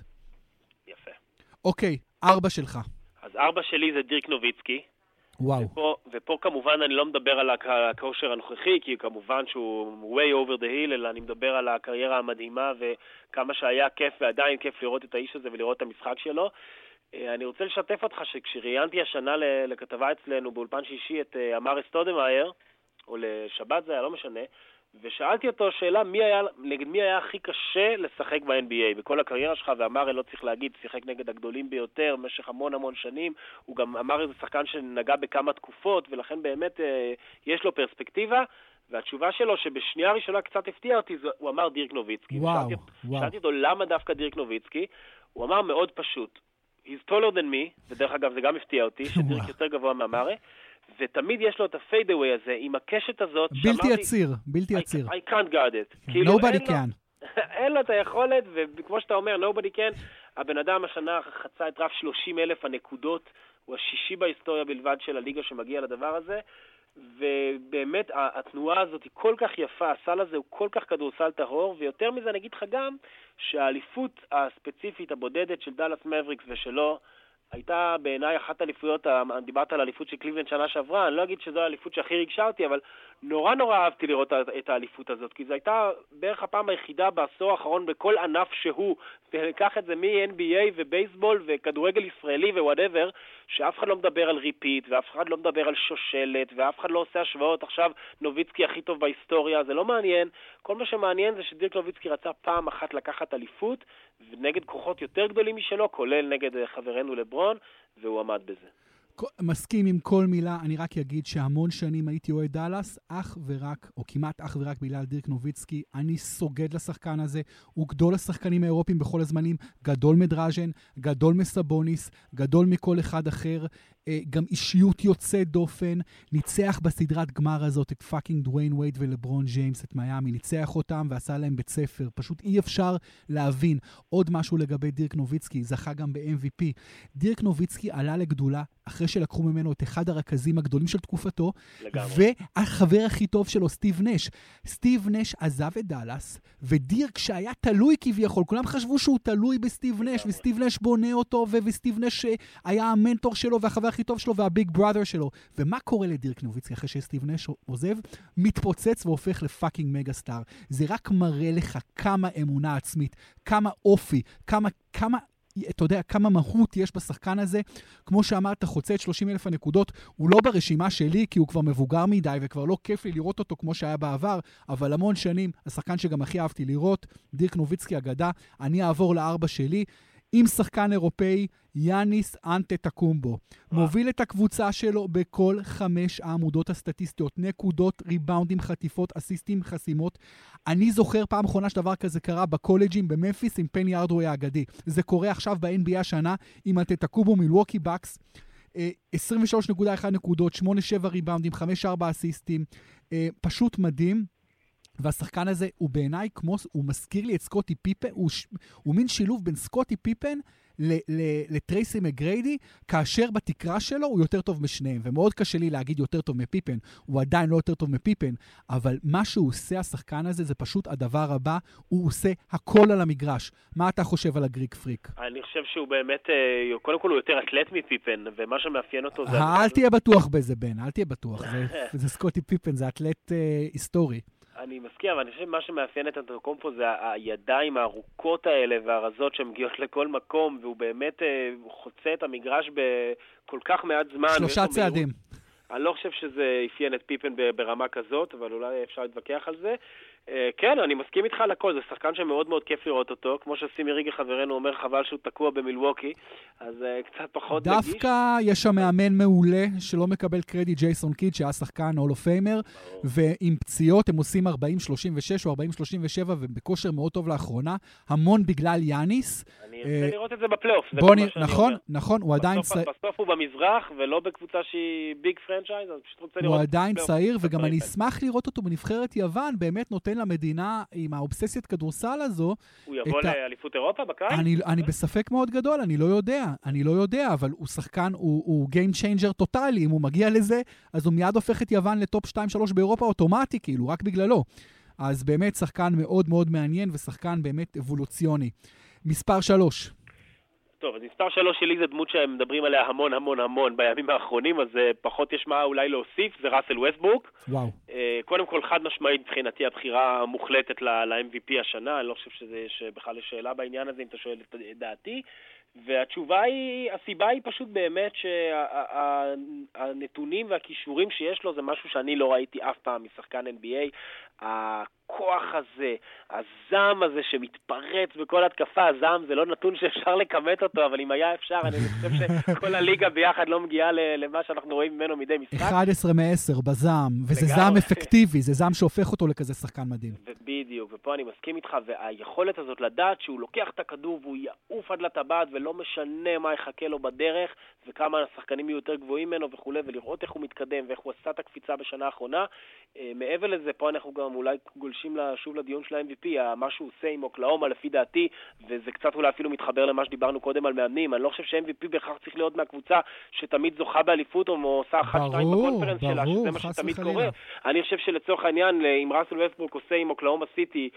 יפה. אוקיי, ארבע שלך. אז ארבע שלי זה דירק נוביצקי. וואו. ופה, ופה כמובן אני לא מדבר על הכושר הנוכחי, כי כמובן שהוא way over the hill, אלא אני מדבר על הקריירה המדהימה, וכמה שהיה כיף ועדיין כיף לראות את האיש הזה ולראות את המשחק שלו. אני רוצה לשתף אותך שכשראיינתי השנה לכתבה אצלנו באולפן שישי את אמרי סטודמאייר, או לשבת זה היה, לא משנה, ושאלתי אותו שאלה, מי היה, נגד מי היה הכי קשה לשחק ב-אן בי איי בכל הקריירה שלך, ואמרי לא צריך להגיד, שיחק נגד הגדולים ביותר במשך המון המון שנים, הוא גם אמר איזה שחקן שנגע בכמה תקופות, ולכן באמת אה, יש לו פרספקטיבה, והתשובה שלו שבשנייה הראשונה קצת הפתיע אותי, הוא אמר דירק נוביצקי. וואו, ושאלתי, וואו. שאלתי אותו למה דווקא דירק נוביצקי, הוא אמר מאוד פשוט, he's taller than me, ודרך אגב זה גם הפתיע אותי, שדירק יותר גבוה מאמרי, ותמיד יש לו את הפיידאווי הזה, עם הקשת הזאת, בלתי יציר, בלתי יציר. I can't guard it. Nobody can. אין לו את היכולת, וכמו שאתה אומר, nobody can, הבן אדם השנה חצה את רף שלושים אלף הנקודות, הוא השישי בהיסטוריה בלבד של הליגה שמגיע לדבר הזה, ובאמת התנועה הזאת היא כל כך יפה, הסל הזה הוא כל כך כדורסל טהור, ויותר מזה נגיד לך גם, שהאליפות הספציפית הבודדת של דאלאס מבריקס ושלו, הייתה בעיניי אחת האליפויות, דיברת על האליפות של קליבלנד שנה שעברה, אני לא אגיד שזו האליפות שהכי ריגשה אותי, אבל נורא נורא אהבתי לראות את האליפות הזאת, כי זו הייתה בערך הפעם היחידה בעשור האחרון בכל ענף שהוא, וניקח את זה מ-אן בי איי ובייסבול וכדורגל ישראלי ווואטאבר, שאף אחד לא מדבר על ריפיט, ואף אחד לא מדבר על שושלת, ואף אחד לא עושה השוואות, עכשיו נוביצקי הכי טוב בהיסטוריה, זה לא מעניין. כל מה שמעניין זה שדירק נוביצקי רצה פעם אחת לקחת אליפות, ונגד כוחות יותר גדולים משלו, כולל נגד חברנו לברון, והוא עמד בזה. מסכים עם כל מילה, אני רק אגיד שהמון שנים הייתי אוהד דאלאס, אך ורק, או כמעט אך ורק בגלל דירק נוביצקי, אני סוגד לשחקן הזה, הוא גדול השחקנים האירופיים בכל הזמנים, גדול מדראז'ן, גדול מסבוניס, גדול מכל אחד אחר, גם אישיות יוצאת דופן, ניצח בסדרת גמר הזאת את פאקינג דוויין וייד ולברון ג'יימס, את מיאמי, ניצח אותם ועשה להם בית ספר, פשוט אי אפשר להבין. עוד משהו לגבי דירק נוביצקי, זכה גם ב-אם וי פי. דירק נוביצקי עלה לגדולה, אחרי שלקחו ממנו את אחד הרכזים הגדולים של תקופתו, לגמרי. והחבר הכי טוב שלו, סטיב נש. סטיב נש עזב את דאלאס, ודירק שהיה תלוי כביכול, כולם חשבו שהוא תלוי בסטיב נש, וסטיב נש בונה אותו, וסטיב נש היה המנטור שלו, והחבר הכי טוב שלו, והביג בראדר שלו. ומה קורה לדירק נוביצקי אחרי שסטיב נש עוזב? מתפוצץ והופך לפאקינג מגה סטאר. זה רק מראה לך כמה אמונה עצמית, כמה אופי, כמה, כמה אתה יודע, כמה מהות יש בשחקן הזה. כמו שאמרת, חוצה את שלושים אלף הנקודות, הוא לא ברשימה שלי, כי הוא כבר מבוגר מדי, וכבר לא כיף לי לראות אותו כמו שהיה בעבר, אבל המון שנים, השחקן שגם הכי אהבתי לראות, דירק נוביצקי אגדה. אני אעבור לארבע שלי, עם שחקן אירופאי, יאניס אנטטוקומבו. מוביל את הקבוצה שלו בכל חמש העמודות הסטטיסטיות, נקודות, ריבאונדים, חטיפות, אסיסטים, חסימות. אני זוכר פעם אחרונה שדבר כזה קרה בקולג'ים במפיס עם פני ארדווי האגדי. זה קורה עכשיו ב-אן בי איי השנה עם אנטטוקומבו מילווקי בקס, עשרים ושלוש נקודה אחת נקודות, שמונה שבע ריבאונדים, חמש ארבע אסיסטים, פשוט מדהים. והשחקן הזה הוא בעיניי כמו, הוא מזכיר לי את סקוטי פיפן, הוא, הוא מין שילוב בין סקוטי פיפן לטרייסי מגריידי, כאשר בתקרה שלו הוא יותר טוב משניהם, ומאוד קשה לי להגיד יותר טוב מפיפן, הוא עדיין לא יותר טוב מפיפן, אבל מה שהוא עושה, השחקן הזה, זה פשוט הדבר הבא, הוא עושה הכל על המגרש. מה אתה חושב על הגריק פריק? אני חושב שהוא באמת, קודם כל הוא יותר אתלט מפיפן, ומה שמאפיין אותו זה... אל תהיה בטוח בזה, בן, אל תהיה בטוח. זה סקוטי פיפן, זה אתלט היסטורי. אני מסכים, אבל אני חושב שמה שמאפיין את אנטוקומפו זה הידיים הארוכות האלה והרזות שמגיעות לכל מקום, והוא באמת חוצה את המגרש בכל כך מעט זמן. שלושה צעדים. אני לא חושב שזה אפיין את פיפן ברמה כזאת, אבל אולי אפשר להתווכח על זה. כן, אני מסכים איתך על הכל, זה שחקן שמאוד מאוד כיף לראות אותו, כמו שסימי ריגה חברנו אומר, חבל שהוא תקוע במילווקי, אז קצת פחות נגיש. דווקא יש שם מאמן מעולה שלא מקבל קרדיט, ג'ייסון קיד, שהיה שחקן הול אוף פיימר, ועם פציעות הם עושים ארבעים שלושים ושש או ארבעים שלושים ושבע, ובכושר מאוד טוב לאחרונה, המון בגלל יאניס. אני רוצה לראות את זה בפלייאוף. נכון, נכון, הוא עדיין... בסוף הוא במזרח, ולא בקבוצה שהיא ביג פרנצ'ייז, אז פשוט רוצה לראות... הוא עדיין צעיר, וגם אני אשמח לראות אותו בנבחרת יוון, באמת נותן למדינה עם האובססיית כדורסל הזו. הוא יבוא לאליפות אירופה בקיץ? אני, אני בספק מאוד גדול, אני לא יודע, אני לא יודע, אבל הוא שחקן, הוא, הוא game changer טוטלי, אם הוא מגיע לזה, אז הוא מיד הופך את יוון לטופ שתיים שלוש באירופה אוטומטי, כאילו, רק בגללו. אז באמת שחקן מאוד מאוד מעניין, ושחקן באמת אבולוציוני. מספר שלוש. טוב, אז מספר שלוש שלי זה דמות שהם מדברים עליה המון המון המון בימים האחרונים, אז פחות יש מה אולי להוסיף, זה ראסל ווסטברוק. וואו. קודם כל חד משמעית מבחינתי הבחירה המוחלטת ל-אם וי פי השנה, אני לא חושב שזה שבכלל יש שאלה בעניין הזה אם אתה שואל את דעתי, והתשובה היא, הסיבה היא פשוט באמת שהנתונים והכישורים שיש לו זה משהו שאני לא ראיתי אף פעם משחקן אן בי איי, הכוח הזה, הזעם הזה שמתפרץ בכל התקפה, הזעם זה לא נתון שאפשר לקמת אותו, אבל אם היה אפשר, אני חושב שכל הליגה ביחד לא מגיעה למה שאנחנו רואים ממנו מדי משחק. אחד עשר מעשר בזעם, וזה זעם אפקטיבי, זה זעם שהופך אותו לכזה שחקן מדהים. בדיוק, ופה אני מסכים איתך, והיכולת הזאת לדעת שהוא לוקח את הכדור והוא יעוף עד לטבעת ולא משנה מה יחכה לו בדרך, וכמה השחקנים יהיו יותר גבוהים ממנו וכו', ולראות איך הוא מתקדם ואיך הוא עשה את הקפיצה בשנה האחרונה. מעבר לזה, פה אנחנו גם אולי גולשים שוב לדיון של ה-אם וי פי, מה שהוא עושה עם אוקלאומה לפי דעתי, וזה קצת אולי אפילו מתחבר למה שדיברנו קודם על מאמנים, אני לא חושב ש-אם וי פי בהכרח צריך להיות מהקבוצה שתמיד זוחה באליפות או עושה אחת שתיים בקונפרנס שלה, שזה מה שתמיד קורה. אני חושב שלצורך העניין, אם ראסל ווסטברוק עושה עם אוקלאומה סיטי,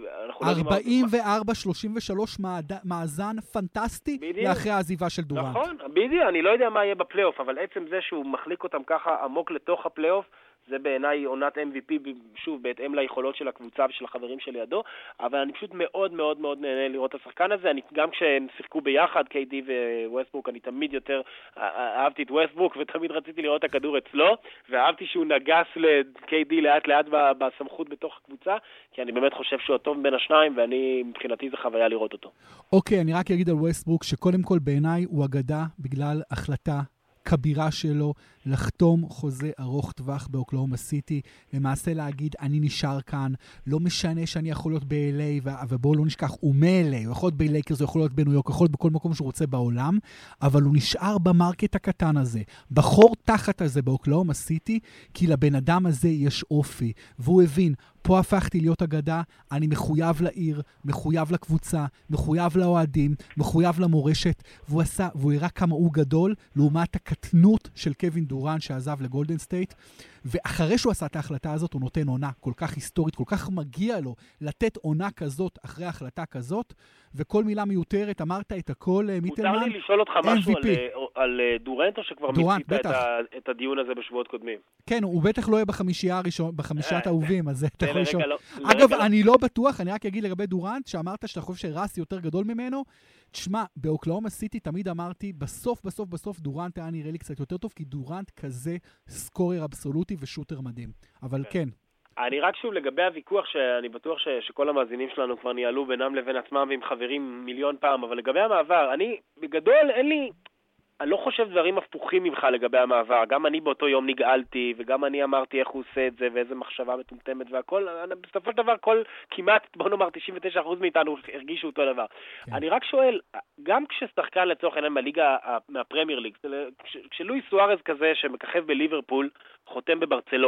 ארבעים וארבע שלושים ושלוש מאזן פנטסטי לאחרי העזיבה של דורנט. נכון, בדיוק, אני לא יודע מה יהיה בפלייאוף, אבל עצם זה שהוא מחליק אותם ככה עמוק לתוך הפלייאוף, זה בעיניי עונת אם וי פי, שוב, בהתאם ליכולות של הקבוצה ושל החברים שלידו, אבל אני פשוט מאוד מאוד מאוד נהנה לראות את השחקן הזה, אני, גם כשהם שיחקו ביחד, קיי די וווסטברוק, אני תמיד יותר אהבתי את ווסטברוק, ותמיד רציתי לראות את הכדור אצלו, ואהבתי שהוא נגס ל-קיי די לאט לאט בסמכות בתוך הקבוצה, כי אני באמת חושב שהוא הטוב בין השניים, ואני, מבחינתי זה חוויה לראות אותו. אוקיי, אני רק אגיד על ווסטברוק, שקודם כל בעיניי הוא אגדה בגלל החלטה כבירה שלו לחתום חוזה ארוך טווח באוקלאומה סיטי, למעשה להגיד אני נשאר כאן, לא משנה שאני יכול להיות ב-אל איי, ובואו לא נשכח, הוא מ-אל איי, הוא יכול להיות ב-לייקרס, הוא יכול להיות בניו יורק, הוא יכול להיות בכל מקום שהוא רוצה בעולם, אבל הוא נשאר במרקט הקטן הזה, בחור תחת הזה באוקלאומה סיטי, כי לבן אדם הזה יש אופי, והוא הבין, פה הפכתי להיות אגדה, אני מחויב לעיר, מחויב לקבוצה, מחויב לאוהדים, מחויב למורשת, והוא עשה, והוא הראה כמה הוא גדול, לעומת הקטנות של קווין דורנט שעזב לגולדן סטייט, ואחרי שהוא עשה את ההחלטה הזאת, הוא נותן עונה כל כך היסטורית, כל כך מגיע לו לתת עונה כזאת אחרי החלטה כזאת, וכל מילה מיותרת, אמרת את הכל, מיטלמן. מותר לי לשאול אותך משהו על, על דורנט, או שכבר מיצית את, את הדיון הזה בשבועות קודמים? כן, הוא בטח לא יהיה בחמישייה הראשון, בחמישיית האהובים, אז אתה יכול לשאול. אגב, אני לא בטוח, אני רק אגיד לגבי דורנט, שאמרת שאתה חושב שרס יותר גדול ממנו, תשמע, באוקלאומה סיטי תמיד אמרתי, בסוף, בסוף, בסוף דורנט היה נראה לי קצת יותר טוב, כי דורנט כזה סקורר אבסולוטי ושוטר מדהים. אבל כן. אני רק שוב לגבי הוויכוח, שאני בטוח ש, שכל המאזינים שלנו כבר ניהלו בינם לבין עצמם ועם חברים מיליון פעם, אבל לגבי המעבר, אני בגדול אין לי, אני לא חושב דברים הפוכים ממך לגבי המעבר. גם אני באותו יום נגעלתי, וגם אני אמרתי איך הוא עושה את זה, ואיזה מחשבה מטומטמת והכל. בסופו של דבר, כל, כמעט, בוא נאמר, תשעים ותשעה אחוז מאיתנו הרגישו אותו דבר. כן. אני רק שואל, גם כששחקן לצורך העניין מהליגה, מהפרמייר ליג, כשלואיס סוארז כזה שמככב בליברפול, חותם בברצלונה,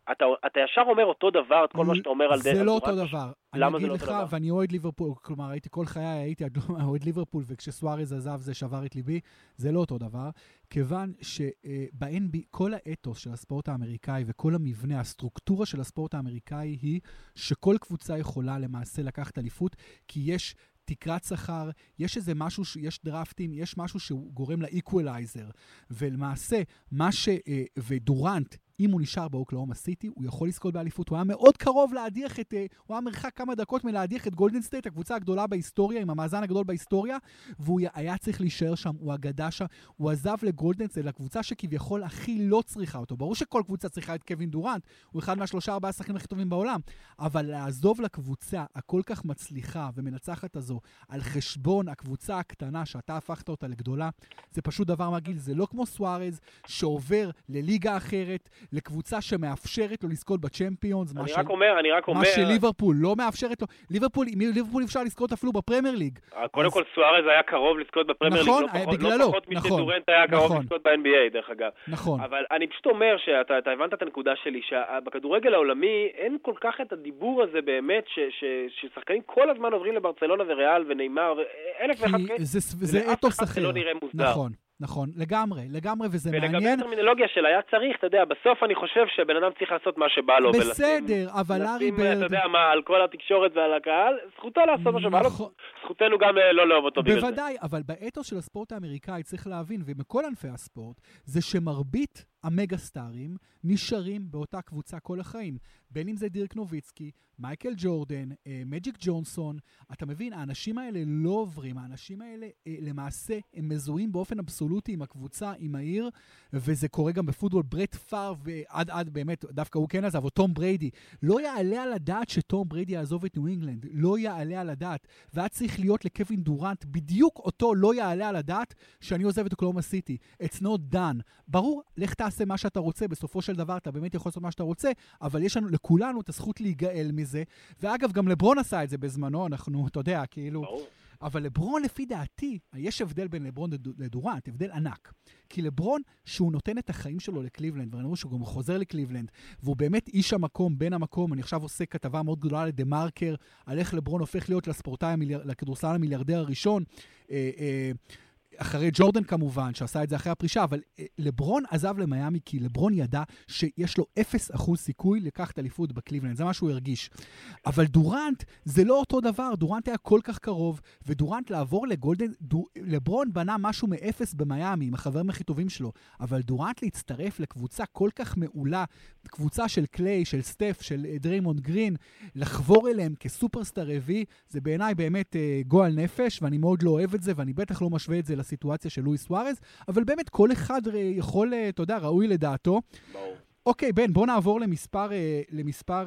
אתה, אתה ישר אומר אותו דבר, את כל מה שאתה אומר על זה לא אותו דבר. למה זה לא אותו דבר? אני אגיד לך, ואני אוהד ליברפול, כלומר, הייתי כל חיי, הייתי אוהד ליברפול, וכשסוארז עזב זה שבר את ליבי, זה לא אותו דבר, כיוון שב-אן בי איי, כל האתוס של הספורט האמריקאי, וכל המבנה, הסטרוקטורה של הספורט האמריקאי היא שכל קבוצה יכולה למעשה לקחת אליפות, כי יש תקרת שכר, יש איזה משהו, יש דרפטים, יש משהו שהוא גורם לאיקוולייזר, ולמעשה, מה ש... ודורנט, אם הוא נשאר באוקלהומה סיטי, הוא יכול לזכות באליפות. הוא היה מאוד קרוב להדיח את, הוא היה מרחק כמה דקות מלהדיח את גולדן סטייט, הקבוצה הגדולה בהיסטוריה, עם המאזן הגדול בהיסטוריה, והוא היה צריך להישאר שם, הוא אגדה שם, הוא עזב לגולדן סטייט, לקבוצה שכביכול הכי לא צריכה אותו. ברור שכל קבוצה צריכה את קווין דורנט, הוא אחד מהשלושה ארבעה שחקנים הכי טובים בעולם, אבל לעזוב לקבוצה הכל כך מצליחה ומנצחת הזו, על חשבון הקבוצה הקטנה שאתה הפכת אותה לגדולה, זה פשוט דבר מגעיל. זה לא כמו סוארז שעובר לליגה אחרת, לקבוצה שמאפשרת לו לזכות בצ'מפיונס, אני רק אומר, אני רק אומר... מה שליברפול לא מאפשרת לו. ליברפול, ליברפול אפשר לזכות אפילו בפרמייר ליג. קודם כל סוארז היה קרוב לזכות בפרמייר ליג, לא פחות משדורנט היה קרוב לזכות ב-אן בי איי, דרך אגב. נכון. אבל אני פשוט אומר שאתה הבנת את הנקודה שלי, שבכדורגל העולמי אין כל כך את הדיבור הזה באמת, ששחקנים כל הזמן עוברים לברצלונה וריאל וניימר, אלף ואחת כאלה. זה אתוס אחר. לא נראה מוסדר. נכון. נכון, לגמרי, לגמרי, וזה מעניין. ולגבי הטרמינולוגיה שלה, היה צריך, אתה יודע, בסוף אני חושב שבן אדם צריך לעשות מה שבא לו. בסדר, אבל ארי ברד... אתה יודע מה, על כל התקשורת ועל הקהל, זכותו לעשות מה שבא לו, זכותנו גם לא לאהוב אותו. בוודאי, אבל באתוס של הספורט האמריקאי צריך להבין, ומכל ענפי הספורט, זה שמרבית המגה סטארים נשארים באותה קבוצה כל החיים. בין אם זה דירק נוביצקי, מייקל ג'ורדן, מג'יק ג'ונסון, אתה מבין, האנשים האלה לא עוברים, האנשים האלה למעשה הם מזוהים באופן אבסולוטי עם הקבוצה, עם העיר, וזה קורה גם בפוטבול. ברט פאר, ועד עד באמת, דווקא הוא כן עזב, או תום בריידי, לא יעלה על הדעת שתום בריידי יעזוב את ניו אינגלנד, לא יעלה על הדעת, והיה צריך להיות לקווין דורנט, בדיוק אותו לא יעלה על הדעת שאני עוזב את אוקלהומה סיטי. It's not done. ברור, לך תעשה מה שאתה רוצה, בסופו של דבר אתה באמת יכול לעשות מה שאתה רוצה, אבל יש לנו, לכולנו, את הזכות להיגאל מזה. ואגב, גם לברון עשה את זה בזמנו, אנחנו, אתה יודע, כאילו... ברור. אבל לברון, לפי דעתי, יש הבדל בין לברון לדורנט, הבדל ענק. כי לברון, שהוא נותן את החיים שלו לקליבלנד, ואני רואה שהוא גם חוזר לקליבלנד, והוא באמת איש המקום, בין המקום, אני עכשיו עושה כתבה מאוד גדולה לדמרקר, על איך לברון הופך להיות לספורטאי, לכדורסל המיליארדר הראשון, אה, אה, אחרי ג'ורדן כמובן, שעשה את זה אחרי הפרישה, אבל לברון עזב למיימי, כי לברון ידע שיש לו אפס אחוז סיכוי לקחת אליפות בקליבלנד, זה מה שהוא הרגיש. אבל דורנט זה לא אותו דבר, דורנט היה כל כך קרוב, ודורנט לעבור לגולדן, דור, לברון בנה משהו מאפס במיימי, עם החברים הכי טובים שלו, אבל דורנט להצטרף לקבוצה כל כך מעולה, קבוצה של קליי, של סטף, של דריימונד גרין, לחבור אליהם כסופרסטאר רביעי, זה בעיניי באמת אה, גועל נפש, ואני מאוד לא אוהב את זה, ואני בטח לא משווה את זה לסיטואציה של לואיס סוארז, אבל באמת כל אחד יכול, אתה יודע, ראוי לדעתו. ברור. אוקיי, בן, בוא נעבור למספר, למספר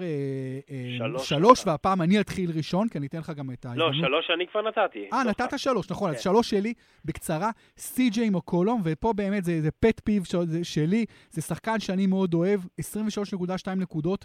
שלוש, שלוש והפעם אני אתחיל ראשון, כי אני אתן לך גם את ההזדמנות. לא, שלוש אני כבר נתתי. אה, נתת שלוש, נכון, אז שלוש שלי, בקצרה, סי.ג'יי מקולום, ופה באמת זה, זה פט פיב שלי, זה שחקן שאני מאוד אוהב, עשרים ושלוש נקודה שתיים נקודות,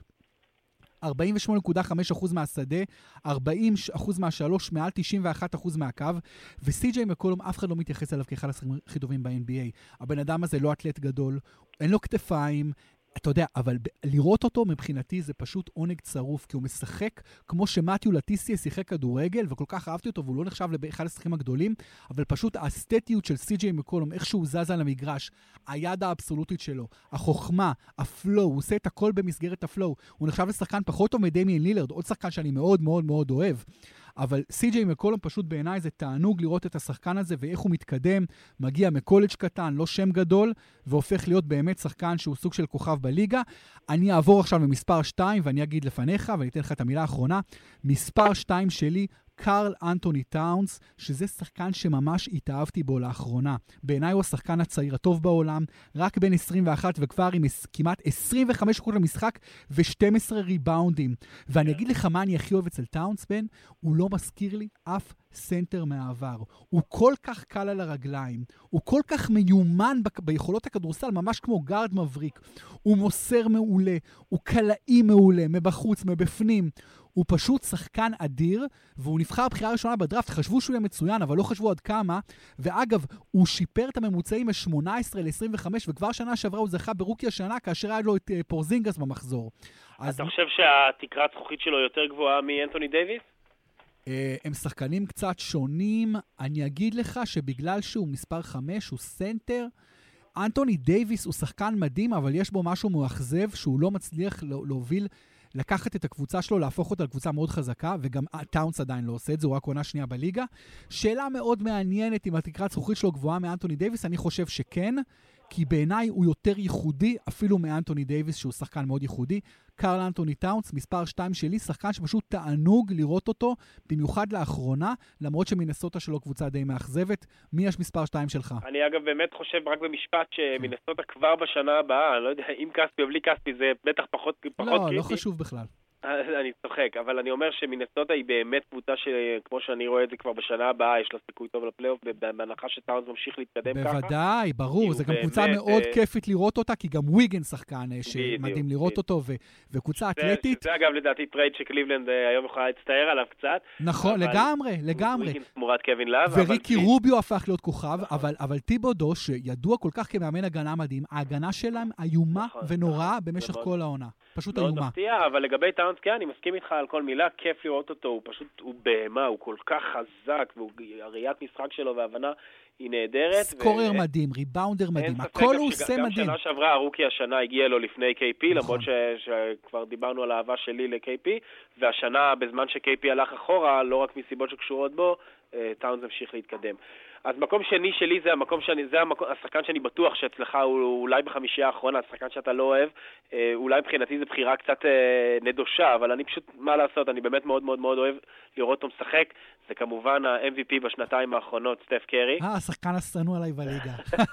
ארבעים ושמונה נקודה חמש אחוז מהשדה, ארבעים אחוז מהשלוש, מעל תשעים ואחד אחוז מהקו, וסי.ג'יי מקולום, אף אחד לא מתייחס אליו כאחד השחקנים הכי טובים ב-אן בי איי. הבן אדם הזה לא אתלט גדול, אין לו כתפיים, אתה יודע, אבל לראות אותו מבחינתי זה פשוט עונג צרוף, כי הוא משחק כמו שמתיו לטיסיה שיחק כדורגל, וכל כך אהבתי אותו, והוא לא נחשב לאחד השחקים הגדולים, אבל פשוט האסתטיות של סי.ג'יי מקולום, איך שהוא זז על המגרש, היד האבסולוטית שלו, החוכמה, הפלואו, הוא עושה את הכל במסגרת הפלואו, הוא נחשב לשחקן פחות טוב מדמיאן לילארד, עוד שחקן שאני מאוד מאוד מאוד אוהב, אבל סי.ג'יי מקולום פשוט בעיניי זה תענוג לראות את השחקן הזה ואיך הוא מתקדם, מגיע מקולג' קטן, לא שם גדול, והופך להיות באמת שחקן שהוא סוג של כוכב בליגה. אני אעבור עכשיו למספר שתיים, ואני אגיד לפניך, ואני אתן לך את המילה האחרונה. מספר שתיים שלי, קארל אנטוני טאונס, שזה שחקן שממש התאהבתי בו לאחרונה. בעיניי הוא השחקן הצעיר הטוב בעולם, רק בין עשרים ואחת וכבר עם כמעט עשרים וחמש נקודות למשחק ו-שתים עשרה ריבאונדים. ואני אגיד לך מה אני הכי אוהב אצל טאונס, בן, הוא לא מזכיר לי אף סנטר מהעבר. הוא כל כך קל על הרגליים, הוא כל כך מיומן ב- ביכולות הכדורסל, ממש כמו גארד מבריק. הוא מוסר מעולה, הוא קלעי מעולה, מבחוץ, מבפנים. הוא פשוט שחקן אדיר, והוא נבחר בחירה ראשונה בדראפט, חשבו שהוא יהיה מצוין, אבל לא חשבו עד כמה, ואגב, הוא שיפר את הממוצעים מ-שמונה עשרה ל-עשרים וחמש, וכבר שנה שעברה הוא זכה ברוקי השנה, כאשר היה לו את פורזינגס במחזור. אתה חושב שהתקרת זכוכית שלו יותר גבוהה מאנתוני דייביס? הם שחקנים קצת שונים. אני אגיד לך שבגלל שהוא מספר חמש, הוא סנטר, אנתוני דייביס הוא שחקן מדהים, אבל יש בו משהו מאכזב, שהוא לא מצליח להוביל, לקחת את הקבוצה שלו, להפוך אותה לקבוצה מאוד חזקה, וגם טאונס עדיין לא עושה את זה, הוא רק עונה שנייה בליגה. שאלה מאוד מעניינת אם התקרת זכוכית שלו גבוהה מאנתוני דייביס, אני חושב שכן, כי בעיניי הוא יותר ייחודי, אפילו מאנתוני דייביס, שהוא שחקן מאוד ייחודי. קרל אנטוני טאונס, מספר שתיים שלי, שחקן שפשוט תענוג לראות אותו, במיוחד לאחרונה, למרות שמינסוטה שלו קבוצה די מאכזבת. מי יש מספר שתיים שלך? אני אגב באמת חושב רק במשפט שמינסוטה כבר בשנה הבאה, אני לא יודע, אם כספי או בלי כספי, זה בטח פחות קריטי. לא, לא חשוב בכלל. אני צוחק, אבל אני אומר שמינסוטה היא באמת קבוצה שכמו שאני רואה את זה כבר בשנה הבאה, יש לה סיכוי טוב לפלייאוף, בהנחה שטאונס ממשיך להתקדם ככה. בוודאי, ברור, זה גם קבוצה מאוד כיפית לראות אותה, כי גם ויגן שחקן שמדהים לראות אותו, וקבוצה אתלטית. זה אגב לדעתי טרייד שקליבלנד היום יכולה להצטער עליו קצת. נכון, לגמרי, לגמרי. ויגן תמורת קווין לאב. וריקי רוביו הפך להיות כוכב, אבל טיבודו, שידוע כל כך כמאמן הגנה מדהים, ההגנה שלהם איומה ונוראה במשך כל העונה. פשוט איומה. מאוד מפתיע, אבל לגבי טאונס, כן, אני מסכים איתך על כל מילה, כיף לראות אותו, הוא פשוט, הוא בהמה, הוא כל כך חזק, והראיית משחק שלו והבנה היא נהדרת. סקורר מדהים, ריבאונדר מדהים, הכל הוא עושה מדהים. גם שנה שעברה, הרוקי השנה הגיע לו לפני קיי פי, למרות שכבר דיברנו על האהבה שלי ל-קיי פי, והשנה, בזמן ש-קיי פי הלך אחורה, לא רק מסיבות שקשורות בו, טאונס המשיך להתקדם. אז מקום שני שלי זה המקום שאני, זה המקום, השחקן שאני בטוח שאצלך הוא אולי בחמישייה האחרונה, השחקן שאתה לא אוהב, אולי מבחינתי זה בחירה קצת נדושה, אבל אני פשוט, מה לעשות, אני באמת מאוד מאוד מאוד אוהב לראות אותו משחק, זה כמובן ה-אם וי פי בשנתיים האחרונות, סטף קרי. אה, השחקן הסתנו עליי בליגה.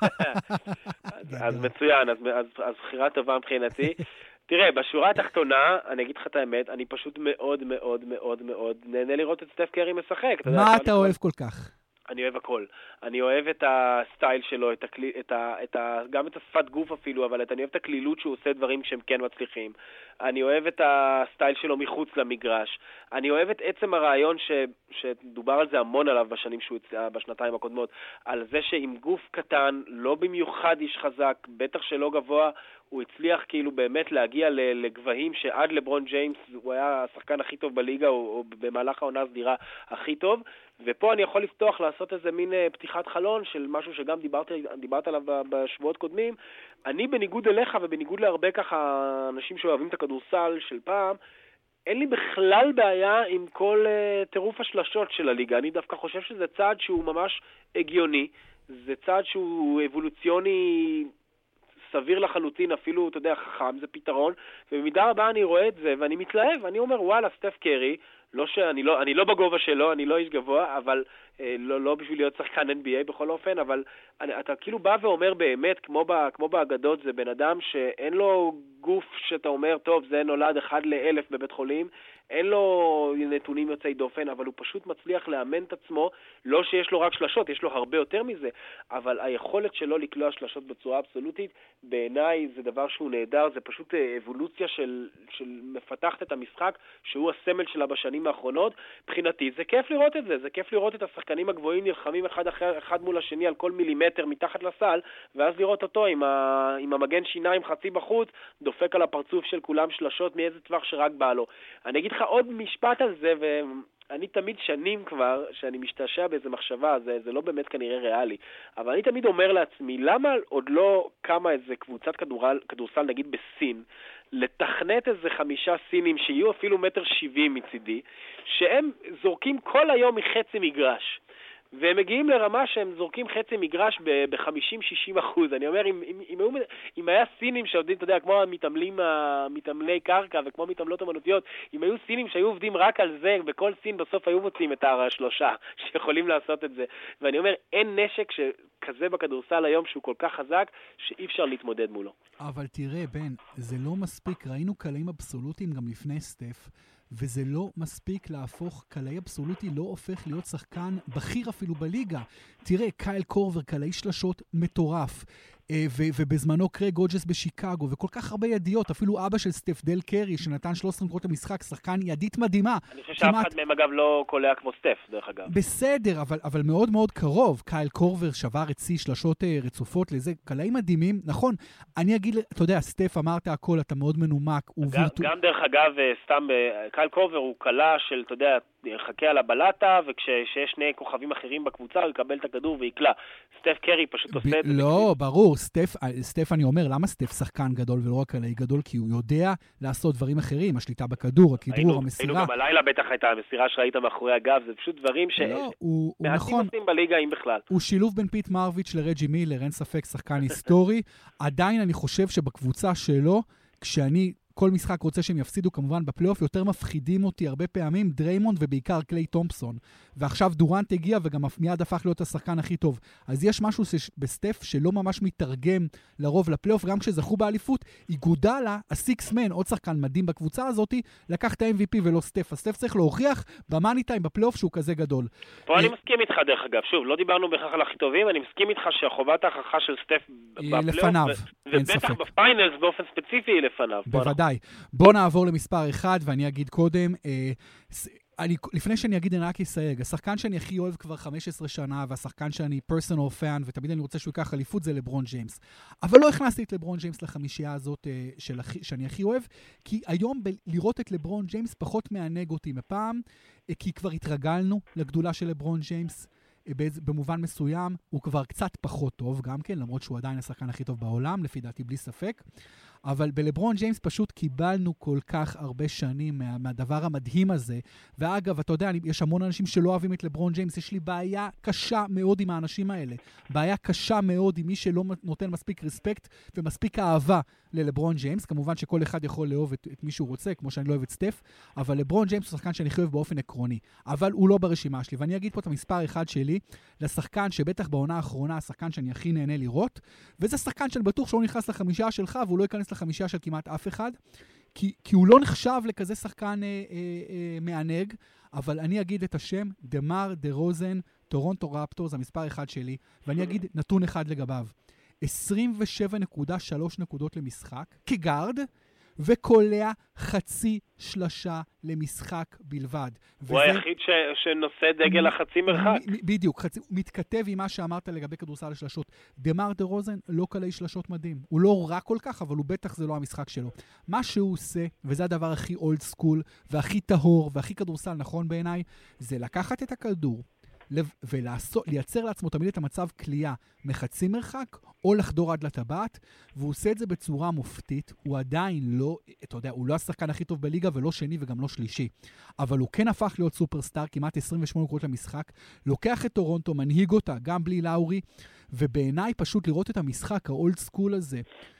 אז מצוין, אז בחירה טובה מבחינתי. תראה, בשורה התחתונה, אני אגיד לך את האמת, אני פשוט מאוד מאוד מאוד מאוד נהנה לראות את סטף קרי משחק. מה אתה אוהב כל כך? אני אוהב הכל. אני אוהב את הסטייל שלו, את הכלי, את ה, את ה, גם את השפת גוף אפילו, אבל אני אוהב את הכלילות שהוא עושה דברים שהם כן מצליחים. אני אוהב את הסטייל שלו מחוץ למגרש. אני אוהב את עצם הרעיון ש, שדובר על זה המון עליו בשנים שהוא, בשנתיים הקודמות, על זה שעם גוף קטן, לא במיוחד איש חזק, בטח שלא גבוה, הוא הצליח כאילו באמת להגיע לגבהים שעד לברון ג'יימס הוא היה השחקן הכי טוב בליגה, או, או במהלך העונה הסדירה הכי טוב, ופה אני יכול לפתוח לעשות איזה מין פתיחת חלון של משהו שגם דיברת, דיברת עליו בשבועות קודמים. אני בניגוד אליך ובניגוד להרבה ככה אנשים שאוהבים את הכדורסל של פעם, אין לי בכלל בעיה עם כל uh, טירוף השלשות של הליגה. אני דווקא חושב שזה צעד שהוא ממש הגיוני, זה צעד שהוא אבולוציוני סביר לחלוטין, אפילו, אתה יודע, חכם, זה פתרון, ובמידה רבה אני רואה את זה, ואני מתלהב, אני אומר, וואלה, סטף קרי, לא שאני לא, אני לא בגובה שלו, אני לא איש גבוה, אבל אה, לא, לא בשביל להיות שחקן אן בי איי בכל אופן, אבל אני, אתה כאילו בא ואומר באמת, כמו, ב, כמו באגדות, זה בן אדם שאין לו גוף שאתה אומר, טוב, זה נולד אחד לאלף בבית חולים, אין לו נתונים יוצאי דופן, אבל הוא פשוט מצליח לאמן את עצמו, לא שיש לו רק שלשות, יש לו הרבה יותר מזה, אבל היכולת שלו לקלוע שלשות בצורה אבסולוטית, בעיניי זה דבר שהוא נהדר, זה פשוט אבולוציה של, של מפתחת את המשחק, שהוא הסמל שלה בשנים האחרונות. מבחינתי זה כיף לראות את זה, זה כיף לראות את השחקנים הגבוהים נלחמים אחד, אחר, אחד מול השני על כל מילימטר מתחת לסל, ואז לראות אותו עם, ה, עם המגן שיניים חצי בחוץ, דופק על הפרצוף של כולם שלשות מאיזה טווח שרק בא לו. אני אגיד לך עוד משפט על זה, ואני תמיד שנים כבר, שאני משתעשע באיזה מחשבה, זה, זה לא באמת כנראה ריאלי, אבל אני תמיד אומר לעצמי, למה עוד לא קמה איזה קבוצת כדורל, כדורסל נגיד בסין, לתכנת איזה חמישה סינים שיהיו אפילו מטר שבעים מצידי, שהם זורקים כל היום מחצי מגרש. והם מגיעים לרמה שהם זורקים חצי מגרש ב-חמישים שישים אחוז. אני אומר, אם, אם, אם, אם היה סינים שעובדים, אתה יודע, כמו המתעמלים, המתעמלי קרקע וכמו מתעמלות אמנותיות, אם היו סינים שהיו עובדים רק על זה, בכל סין בסוף היו מוצאים את השלושה שיכולים לעשות את זה. ואני אומר, אין נשק שכזה בכדורסל היום שהוא כל כך חזק, שאי אפשר להתמודד מולו. אבל תראה, בן, זה לא מספיק. ראינו קלעים אבסולוטיים גם לפני סטף, וזה לא מספיק להפוך, קלעי אבסולוטי לא הופך להיות שחקן בכיר אפילו בליגה. תראה, קייל קורבר, קלעי שלשות מטורף. ובזמנו קרייג הודג'ס בשיקגו, וכל כך הרבה ידיעות, אפילו אבא של סטף דל קרי, שנתן שלוש עשרה נקודות למשחק, שחקן ידית מדהימה. אני חושב שאף אחד מהם אגב לא קולע כמו סטף, דרך אגב. בסדר, אבל, אבל מאוד מאוד קרוב. קייל קורבר שבר את צי שלשות רצופות לזה, קלעים מדהימים, נכון. אני אגיד, אתה יודע, סטף אמרת הכל, אתה מאוד מנומק. גם, גם דרך אגב, סתם, קייל קורבר הוא קלע של, אתה יודע, חכה על הבלטה, וכשיש שני כוכבים אחרים בקבוצה, הוא יקבל את הכדור ויקלע. סטף קרי פשוט עושה את זה. לא, ברור. סטף, סטף, אני אומר, למה סטף שחקן גדול ולא רק עלי גדול? כי הוא יודע לעשות דברים אחרים, השליטה בכדור, הכדרור, המסירה. היינו גם הלילה בטח הייתה המסירה שראית מאחורי הגב, זה פשוט דברים ש... לא, הוא נכון. מעטים עושים בליגה, אם בכלל. הוא שילוב בין פיט מרוויץ' לרג'י מילר, אין ספק, שחקן היסטורי. עדיין אני חושב שבקבוצה שלו, כשאני כל משחק רוצה שהם יפסידו כמובן בפלייאוף, יותר מפחידים אותי הרבה פעמים דריימונד ובעיקר קליי תומפסון. ועכשיו דורנט הגיע וגם מיד הפך להיות השחקן הכי טוב. אז יש משהו בסטף שלא ממש מתרגם לרוב לפלייאוף, גם כשזכו באליפות, איגודלה, הסיקס מן, עוד שחקן מדהים בקבוצה הזאת, לקח את ה-אם וי פי ולא סטף. הסטף צריך להוכיח במאני טיים בפלייאוף שהוא כזה גדול. פה אני מסכים איתך דרך אגב. שוב, לא דיברנו בכך על הכי טובים, אני מסכים איתך שהחובת ההוכחה של סטף בפלייאוף, ובטח בפיינלס באופן ספציפי לפניו. בוודאי. בוא נעבור למספר אחד, ואני אגיד קודם, אה, אני, לפני שאני אגיד אני רק אסייג, השחקן שאני הכי אוהב כבר חמש עשרה שנה, והשחקן שאני פרסונל פן, ותמיד אני רוצה שהוא ייקח אליפות, זה לברון ג'יימס. אבל לא הכנסתי את לברון ג'יימס לחמישייה הזאת אה, של, שאני הכי אוהב, כי היום ב- לראות את לברון ג'יימס פחות מענג אותי מפעם, אה, כי כבר התרגלנו לגדולה של לברון ג'יימס, במובן מסוים, הוא כבר קצת פחות טוב גם כן, למרות שהוא עדיין השחקן הכי טוב בעולם, לפי דעתי בלי ספק. אבל בלברון ג'יימס פשוט קיבלנו כל כך הרבה שנים מה, מהדבר המדהים הזה. ואגב, אתה יודע, אני, יש המון אנשים שלא אוהבים את לברון ג'יימס, יש לי בעיה קשה מאוד עם האנשים האלה. בעיה קשה מאוד עם מי שלא נותן מספיק רספקט ומספיק אהבה ללברון ג'יימס. כמובן שכל אחד יכול לאהוב את, את מי שהוא רוצה, כמו שאני לא אוהב את סטף, אבל לברון ג'יימס הוא שחקן שאני חייב באופן עקרוני. אבל הוא לא ברשימה שלי. ואני אגיד פה את המספר אחד שלי, לשחקן שבטח בעונה האחרונה, השחקן שאני הכי נהנה לראות, וזה שחקן שאני בטוח שהוא נכנס לחמישה שלך, והוא לא ייכנס לחמישה של כמעט אף אחד, כי, כי הוא לא נחשב לכזה שחקן אה, אה, אה, מענג, אבל אני אגיד את השם, דמר דה רוזן, טורונטו רפטורס, המספר אחד שלי, ואני אגיד נתון אחד לגביו, עשרים ושבע נקודה שלוש נקודות למשחק, כגארד, וקולע חצי שלשה למשחק בלבד. הוא וזה... היחיד ש... שנושא דגל החצי מרחק. בדיוק, חצי... מתכתב עם מה שאמרת לגבי כדורסל לשלשות. דמר דה רוזן לא קלעי שלשות מדהים. הוא לא רע כל כך, אבל הוא בטח זה לא המשחק שלו. מה שהוא עושה, וזה הדבר הכי אולד סקול, והכי טהור, והכי כדורסל נכון בעיניי, זה לקחת את הכדור, ולייצר לעצמו תמיד את המצב קליעה מחצי מרחק, או לחדור עד לטבעת, והוא עושה את זה בצורה מופתית. הוא עדיין לא, אתה יודע, הוא לא השחקן הכי טוב בליגה, ולא שני וגם לא שלישי. אבל הוא כן הפך להיות סופרסטאר, כמעט עשרים ושמונה נקודות למשחק, לוקח את טורונטו, מנהיג אותה, גם בלי לאורי, ובעיניי פשוט לראות את המשחק, האולד סקול הזה,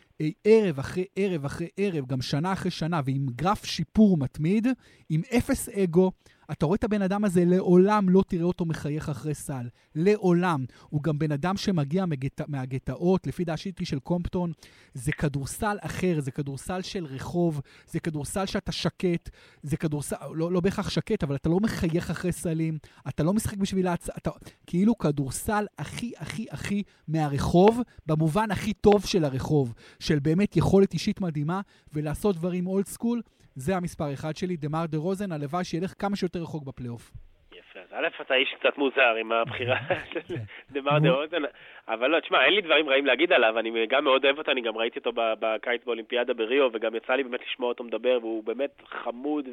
ערב אחרי ערב אחרי ערב, גם שנה אחרי שנה, ועם גרף שיפור מתמיד, עם אפס אגו, אתה רואה את הבן אדם הזה, לעולם לא תראה אותו מחייך אחרי סל. לעולם. הוא גם בן אדם שמגיע מגט... מהגטאות, לפי דעתי של קומפטון, זה כדורסל אחר, זה כדורסל של רחוב, זה כדורסל שאתה שקט, זה כדורסל, לא, לא בהכרח שקט, אבל אתה לא מחייך אחרי סלים, אתה לא משחק בשביל ההצ... אתה... כאילו כדורסל הכי הכי הכי מהרחוב, במובן הכי טוב של הרחוב, של באמת יכולת אישית מדהימה, ולעשות דברים אולד סקול, זה המספר אחד שלי, דמר דה רוזן, הלוואי שילך כמה שיותר רחוק בפלייאוף. יפה, אז א' אתה איש קצת מוזר עם הבחירה של דמר דה רוזן, אבל לא, תשמע, אין לי דברים רעים להגיד עליו, אני גם מאוד אוהב אותו, אני גם ראיתי אותו בקיץ באולימפיאדה בריו, וגם יצא לי באמת לשמוע אותו מדבר, והוא באמת חמוד,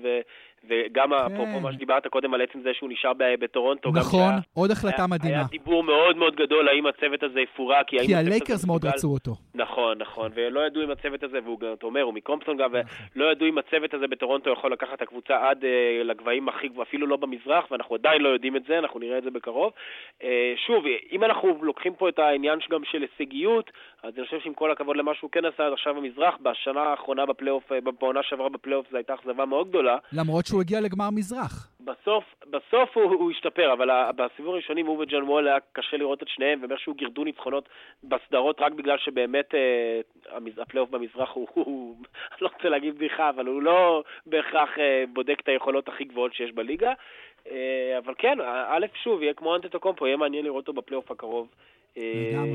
וגם אפרופו מה שדיברת קודם על עצם זה שהוא נשאר בטורונטו. נכון, עוד החלטה מדהימה. היה דיבור מאוד מאוד גדול, האם הצוות הזה יפורק, כי הלייקרס מאוד רצו אותו. נכון, נכון, ולא ידעו אם הצוות הזה, והוא אומר, הוא מקומפטון גם, ולא ידעו אם הצוות הזה בטורונטו יכול לקחת את הקבוצה עד לגבהים הכי, אפילו לא במזרח, ואנחנו עדיין לא יודעים את זה, אנחנו נראה את זה בקרוב. שוב, אם אנחנו לוקחים פה את העניין גם של הישגיות, אז אני חושב שעם כל הכבוד למה שהוא כן עשה עד עכשיו במזרח, בשנה האחרונה בפלייאוף, בעונה שעברה בפלייאוף, זו הייתה אכזבה מאוד גדולה. למרות שהוא הגיע לגמר מזרח. בסוף, בסוף הוא, הוא השתפר, אבל בסיבוב הראשונים הוא וג'ון וול היה קשה לראות את שניהם, ואיכשהו גירדו ניצחונות בסדרות רק בגלל שבאמת אה, הפלייאוף במזרח הוא, הוא, אני לא רוצה להגיד בדיחה, אבל הוא לא בהכרח אה, בודק את היכולות הכי גבוהות שיש בליגה. אה, אבל כן, א' שוב, יהיה כמו אנטטוקומפו, יהיה מעניין לראות אותו בפלייאוף הקרוב. לגמרי.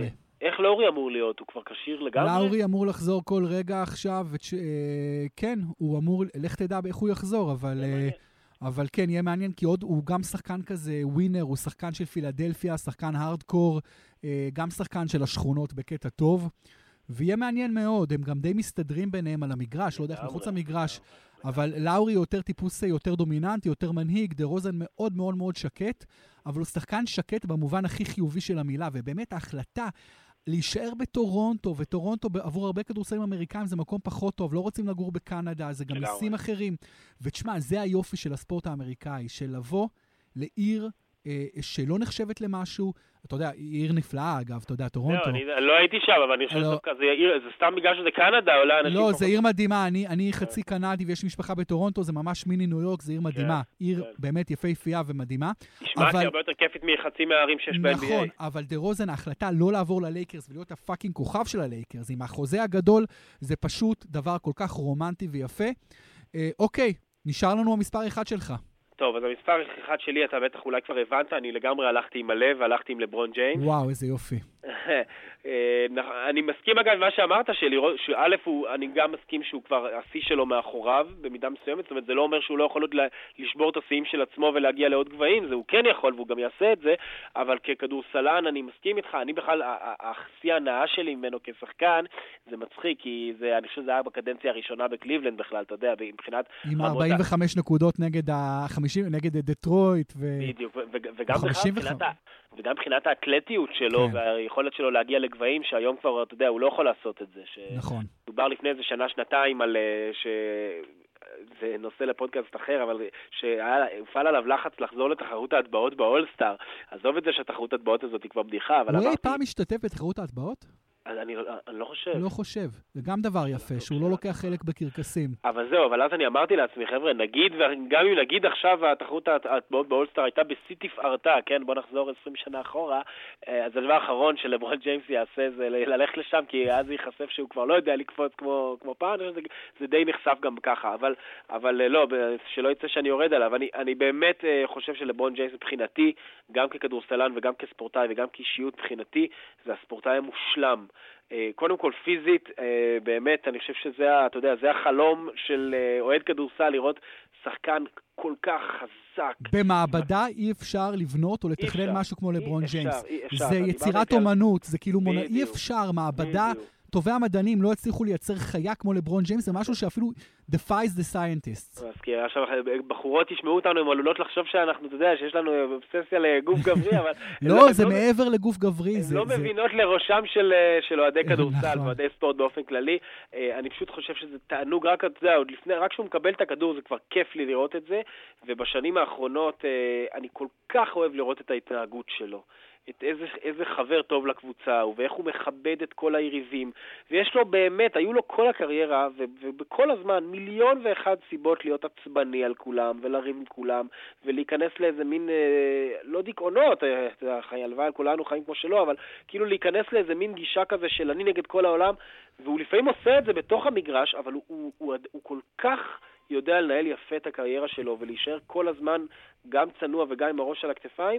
איך לאורי אמור להיות? הוא כבר כשיר לגמרי? לאורי אמור לחזור כל רגע עכשיו, ותש... כן, הוא אמור, לך תדע איך הוא יחזור, אבל... אבל כן, יהיה מעניין, כי עוד הוא גם שחקן כזה ווינר, הוא שחקן של פילדלפיה, שחקן הארדקור, גם שחקן של השכונות בקטע טוב, ויהיה מעניין מאוד, הם גם די מסתדרים ביניהם על המגרש, לא יודע איך מחוץ למגרש, אבל לאורי יותר טיפוס יותר דומיננטי, יותר מנהיג, דה רוזן מאוד מאוד מאוד שקט, אבל הוא שחקן שקט במובן הכי חיובי של המילה, ובאמת ההחלטה להישאר בטורונטו, וטורונטו עבור הרבה כדורסלים אמריקאים זה מקום פחות טוב, לא רוצים לגור בקנדה, זה גם מיסים אחרים. ותשמע, זה היופי של הספורט האמריקאי, של לבוא לעיר אה, שלא נחשבת למשהו, אתה יודע, היא עיר נפלאה אגב, אתה יודע, טורונטו. לא, אני לא הייתי שם, אבל אני חושב דווקא, זה סתם בגלל שזה קנדה, אולי אנשים... לא, זה עיר מדהימה, אני חצי קנדי ויש משפחה בטורונטו, זה ממש מיני ניו יורק, זה עיר מדהימה, עיר באמת יפהפייה ומדהימה. נשמעתי הרבה יותר כיפית מחצי מהערים שיש ב-אן בי איי. נכון, אבל דה רוזן, ההחלטה לא לעבור ללייקרס ולהיות הפאקינג כוכב של הלייקרס, עם החוזה הגדול, זה פשוט דבר כל כך רומנטי ויפה. אוקיי, נשאר לנו המספר אחד שלך. טוב, אז המספר אחד שלי, אתה בטח אולי כבר הבנת, אני לגמרי הלכתי עם הלב, והלכתי עם לברון ג'יימס. וואו, איזה יופי. אני מסכים אגב מה שאמרת, שא' הוא, אני גם מסכים שהוא כבר, השיא שלו מאחוריו, במידה מסוימת, זאת אומרת, זה לא אומר שהוא לא יכול עוד לשבור את השיאים של עצמו ולהגיע לעוד גבהים, זה הוא כן יכול, והוא גם יעשה את זה, אבל ככדורסלן אני מסכים איתך, אני בכלל, השיא הנאה שלי ממנו כשחקן, זה מצחיק, כי זה, אני חושב שזה היה בקדנציה הראשונה בקליבלנד בכלל, אתה יודע, מבחינת... עם ארבעים וחמש נקודות נגד ה-חמישים, נגד דטרויט, ו... בדיוק, וגם וגם מבחינת האתלטיות שלו, והיכולת שלו להגיע לגבהים, שהיום כבר, אתה יודע, הוא לא יכול לעשות את זה. נכון. דובר לפני איזה שנה, שנתיים, על ש... זה נושא לפודקאסט אחר, אבל שהופעל עליו לחץ לחזור לתחרות ההטבעות באולסטאר. עזוב את זה שהתחרות ההטבעות הזאת היא כבר בדיחה, אבל אמרתי... הוא אי פעם משתתף בתחרות ההטבעות? אז אני, אני לא חושב. לא חושב. זה גם דבר יפה, שהוא לא לוקח חלק בקרקסים. אבל זהו, אבל אז אני אמרתי לעצמי, חבר'ה, נגיד, וגם אם נגיד עכשיו התחרות ההטבעות באולסטאר הייתה בשיא תפארתה, כן, בוא נחזור עשרים שנה אחורה, אז הדבר האחרון שלברון ג'יימס יעשה זה ללכת לשם, כי אז ייחשף שהוא כבר לא יודע לקפוץ כמו, כמו פעם, זה, זה די נחשף גם ככה, אבל, אבל לא, שלא יצא שאני יורד עליו. אני, אני באמת חושב שלברון ג'יימס מבחינתי, גם ככדורסלן וגם כספורטאי וגם כאישיות מבחינתי, זה הספורטאי המושלם. קודם כל פיזית, באמת, אני חושב שזה, אתה יודע, זה החלום של אוהד כדורסל, לראות שחקן כל כך חזק. במעבדה אי אפשר לבנות או לתכנן משהו כמו לברון ג'יימס. זה יצירת אומנות, זה כאילו מונה, אי אפשר, מעבדה, טובי המדענים לא הצליחו לייצר חיה כמו לברון ג'יימס, זה משהו שאפילו defies the scientists. אז כי עכשיו בחורות ישמעו אותנו, הם עלולות לחשוב שאנחנו, אתה יודע, שיש לנו אובססיה לגוף גברי, אבל... לא, זה מעבר לגוף גברי. הן לא מבינות לראשם של אוהדי כדורסל, ואוהדי ספורט באופן כללי. אני פשוט חושב שזה תענוג, רק, אתה יודע, רק כשהוא מקבל את הכדור, זה כבר כיף לי לראות את זה, ובשנים האחרונות אני כל כך אוהב לראות את ההתנהגות שלו. את איזה, איזה חבר טוב לקבוצה, ואיך הוא מכבד את כל היריבים. ויש לו באמת, היו לו כל הקריירה, ובכל הזמן מיליון ואחד סיבות להיות עצבני על כולם, ולריב עם כולם, ולהיכנס לאיזה מין, אה, לא דיכאונות, הלוואי על כולנו חיים כמו שלא, אבל כאילו להיכנס לאיזה מין גישה כזה של אני נגד כל העולם, והוא לפעמים עושה את זה בתוך המגרש, אבל הוא, הוא, הוא, הוא כל כך יודע לנהל יפה את הקריירה שלו, ולהישאר כל הזמן גם צנוע וגם עם הראש על הכתפיים,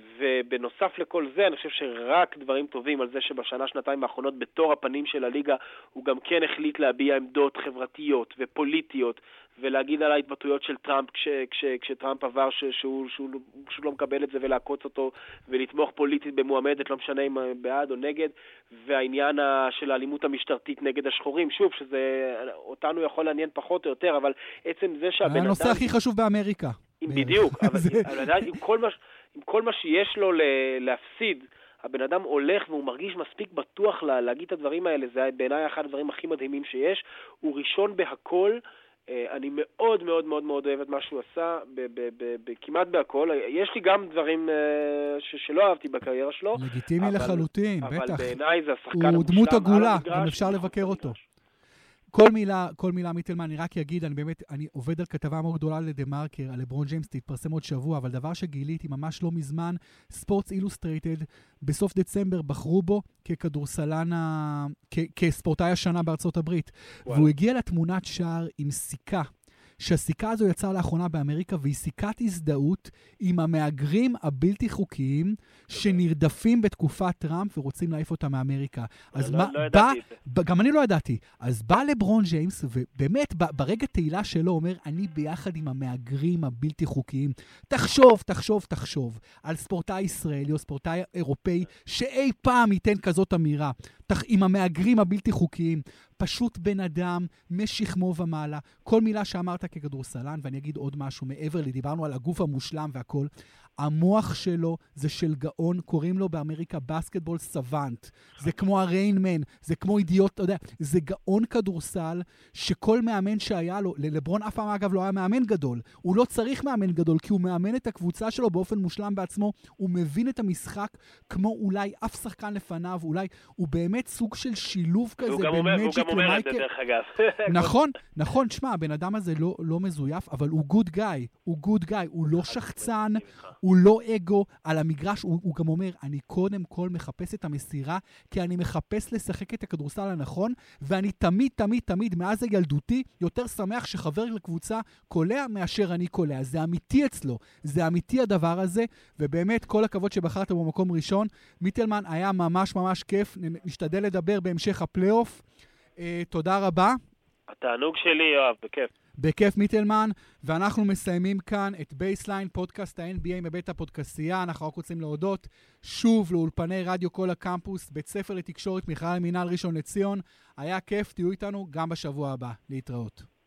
ובנוסף לכל זה, אני חושב שרק דברים טובים על זה שבשנה, שנתיים האחרונות, בתור הפנים של הליגה, הוא גם כן החליט להביע עמדות חברתיות ופוליטיות, ולהגיד על ההתבטאויות של טראמפ, כש, כש, כשטראמפ עבר ש, שהוא, שהוא פשוט לא מקבל את זה, ולעקוץ אותו, ולתמוך פוליטית במועמדת, לא משנה אם בעד או נגד, והעניין של האלימות המשטרתית נגד השחורים, שוב, שזה אותנו יכול לעניין פחות או יותר, אבל עצם זה שהבן אדם... הנושא הכי חשוב באמריקה. בדיוק, אבל עם כל מה... עם כל מה שיש לו להפסיד, הבן אדם הולך והוא מרגיש מספיק בטוח לה, להגיד את הדברים האלה, זה בעיניי אחד הדברים הכי מדהימים שיש, הוא ראשון בהכל, אני מאוד מאוד מאוד מאוד אוהב את מה שהוא עשה, כמעט בהכל, יש לי גם דברים שלא אהבתי בקריירה שלו, לגיטימי לחלוטין, בטח, אבל בעיניי זה השחקן הוא דמות עגולה, גם אפשר לבקר אותו. כל מילה, כל מילה מיטלמן, אני רק אגיד, אני באמת, אני עובד על כתבה מאוד גדולה לדמרקר, על לברון ג'יימס, תתפרסם עוד שבוע, אבל דבר שגיליתי ממש לא מזמן, ספורטס אילוסטרייטד, בסוף דצמבר בחרו בו ככדורסלן, כ- כספורטאי השנה בארצות הברית, וואו. והוא הגיע לתמונת שער עם סיכה, שהסיכה הזו יצאה לאחרונה באמריקה, והיא סיכת הזדהות עם המהגרים הבלתי חוקיים שנרדפים בתקופת טראמפ ורוצים להעיף אותם מאמריקה. אז לא, מה, לא בא, ידעתי. גם אני לא ידעתי. אז בא לברון ג'יימס, ובאמת ברגע תהילה שלו אומר, אני ביחד עם המהגרים הבלתי חוקיים. תחשוב, תחשוב, תחשוב על ספורטאי ישראלי או ספורטאי אירופאי שאי פעם ייתן כזאת אמירה. עם המהגרים הבלתי חוקיים, פשוט בן אדם משכמו ומעלה. כל מילה שאמרת ככדורסלן, ואני אגיד עוד משהו מעבר לי, דיברנו על הגוף המושלם והכל, המוח שלו זה של גאון, קוראים לו באמריקה בסקטבול סוונט. זה כמו הריינמן, זה כמו אידיוט, אתה יודע, זה גאון כדורסל שכל מאמן שהיה לו, ללברון אף פעם אגב לא היה מאמן גדול. הוא לא צריך מאמן גדול, כי הוא מאמן את הקבוצה שלו באופן מושלם בעצמו, הוא מבין את המשחק כמו אולי אף שחקן לפניו, אולי הוא באמת סוג של שילוב כזה בין מג'יק למייקל. הוא גם אומר את זה דרך אגב. נכון, נכון, שמה, הבן אדם הזה לא, לא מזויף, אבל הוא גוד גאי, הוא גוד גאי, הוא לא שחצן, הוא לא אגו על המגרש, הוא, הוא גם אומר, אני קודם כל מחפש את המסירה, כי אני מחפש לשחק את הכדורסל הנכון, ואני תמיד, תמיד, תמיד, מאז הילדותי, יותר שמח שחבר לקבוצה קולע מאשר אני קולע. זה אמיתי אצלו, זה אמיתי הדבר הזה, ובאמת כל הכבוד שבחרת במקום ראשון. מיטלמן, היה ממש ממש כיף, נשתדל לדבר בהמשך הפלייאוף. אה, תודה רבה. התענוג שלי, יואב, בכיף. בכיף מיטלמן, ואנחנו מסיימים כאן את בייסליין, פודקאסט ה-אן בי איי מבית הפודקאסייה. אנחנו רק רוצים להודות שוב לאולפני רדיו כל הקמפוס, בית ספר לתקשורת מכללה למינהל ראשון לציון. היה כיף, תהיו איתנו גם בשבוע הבא. להתראות.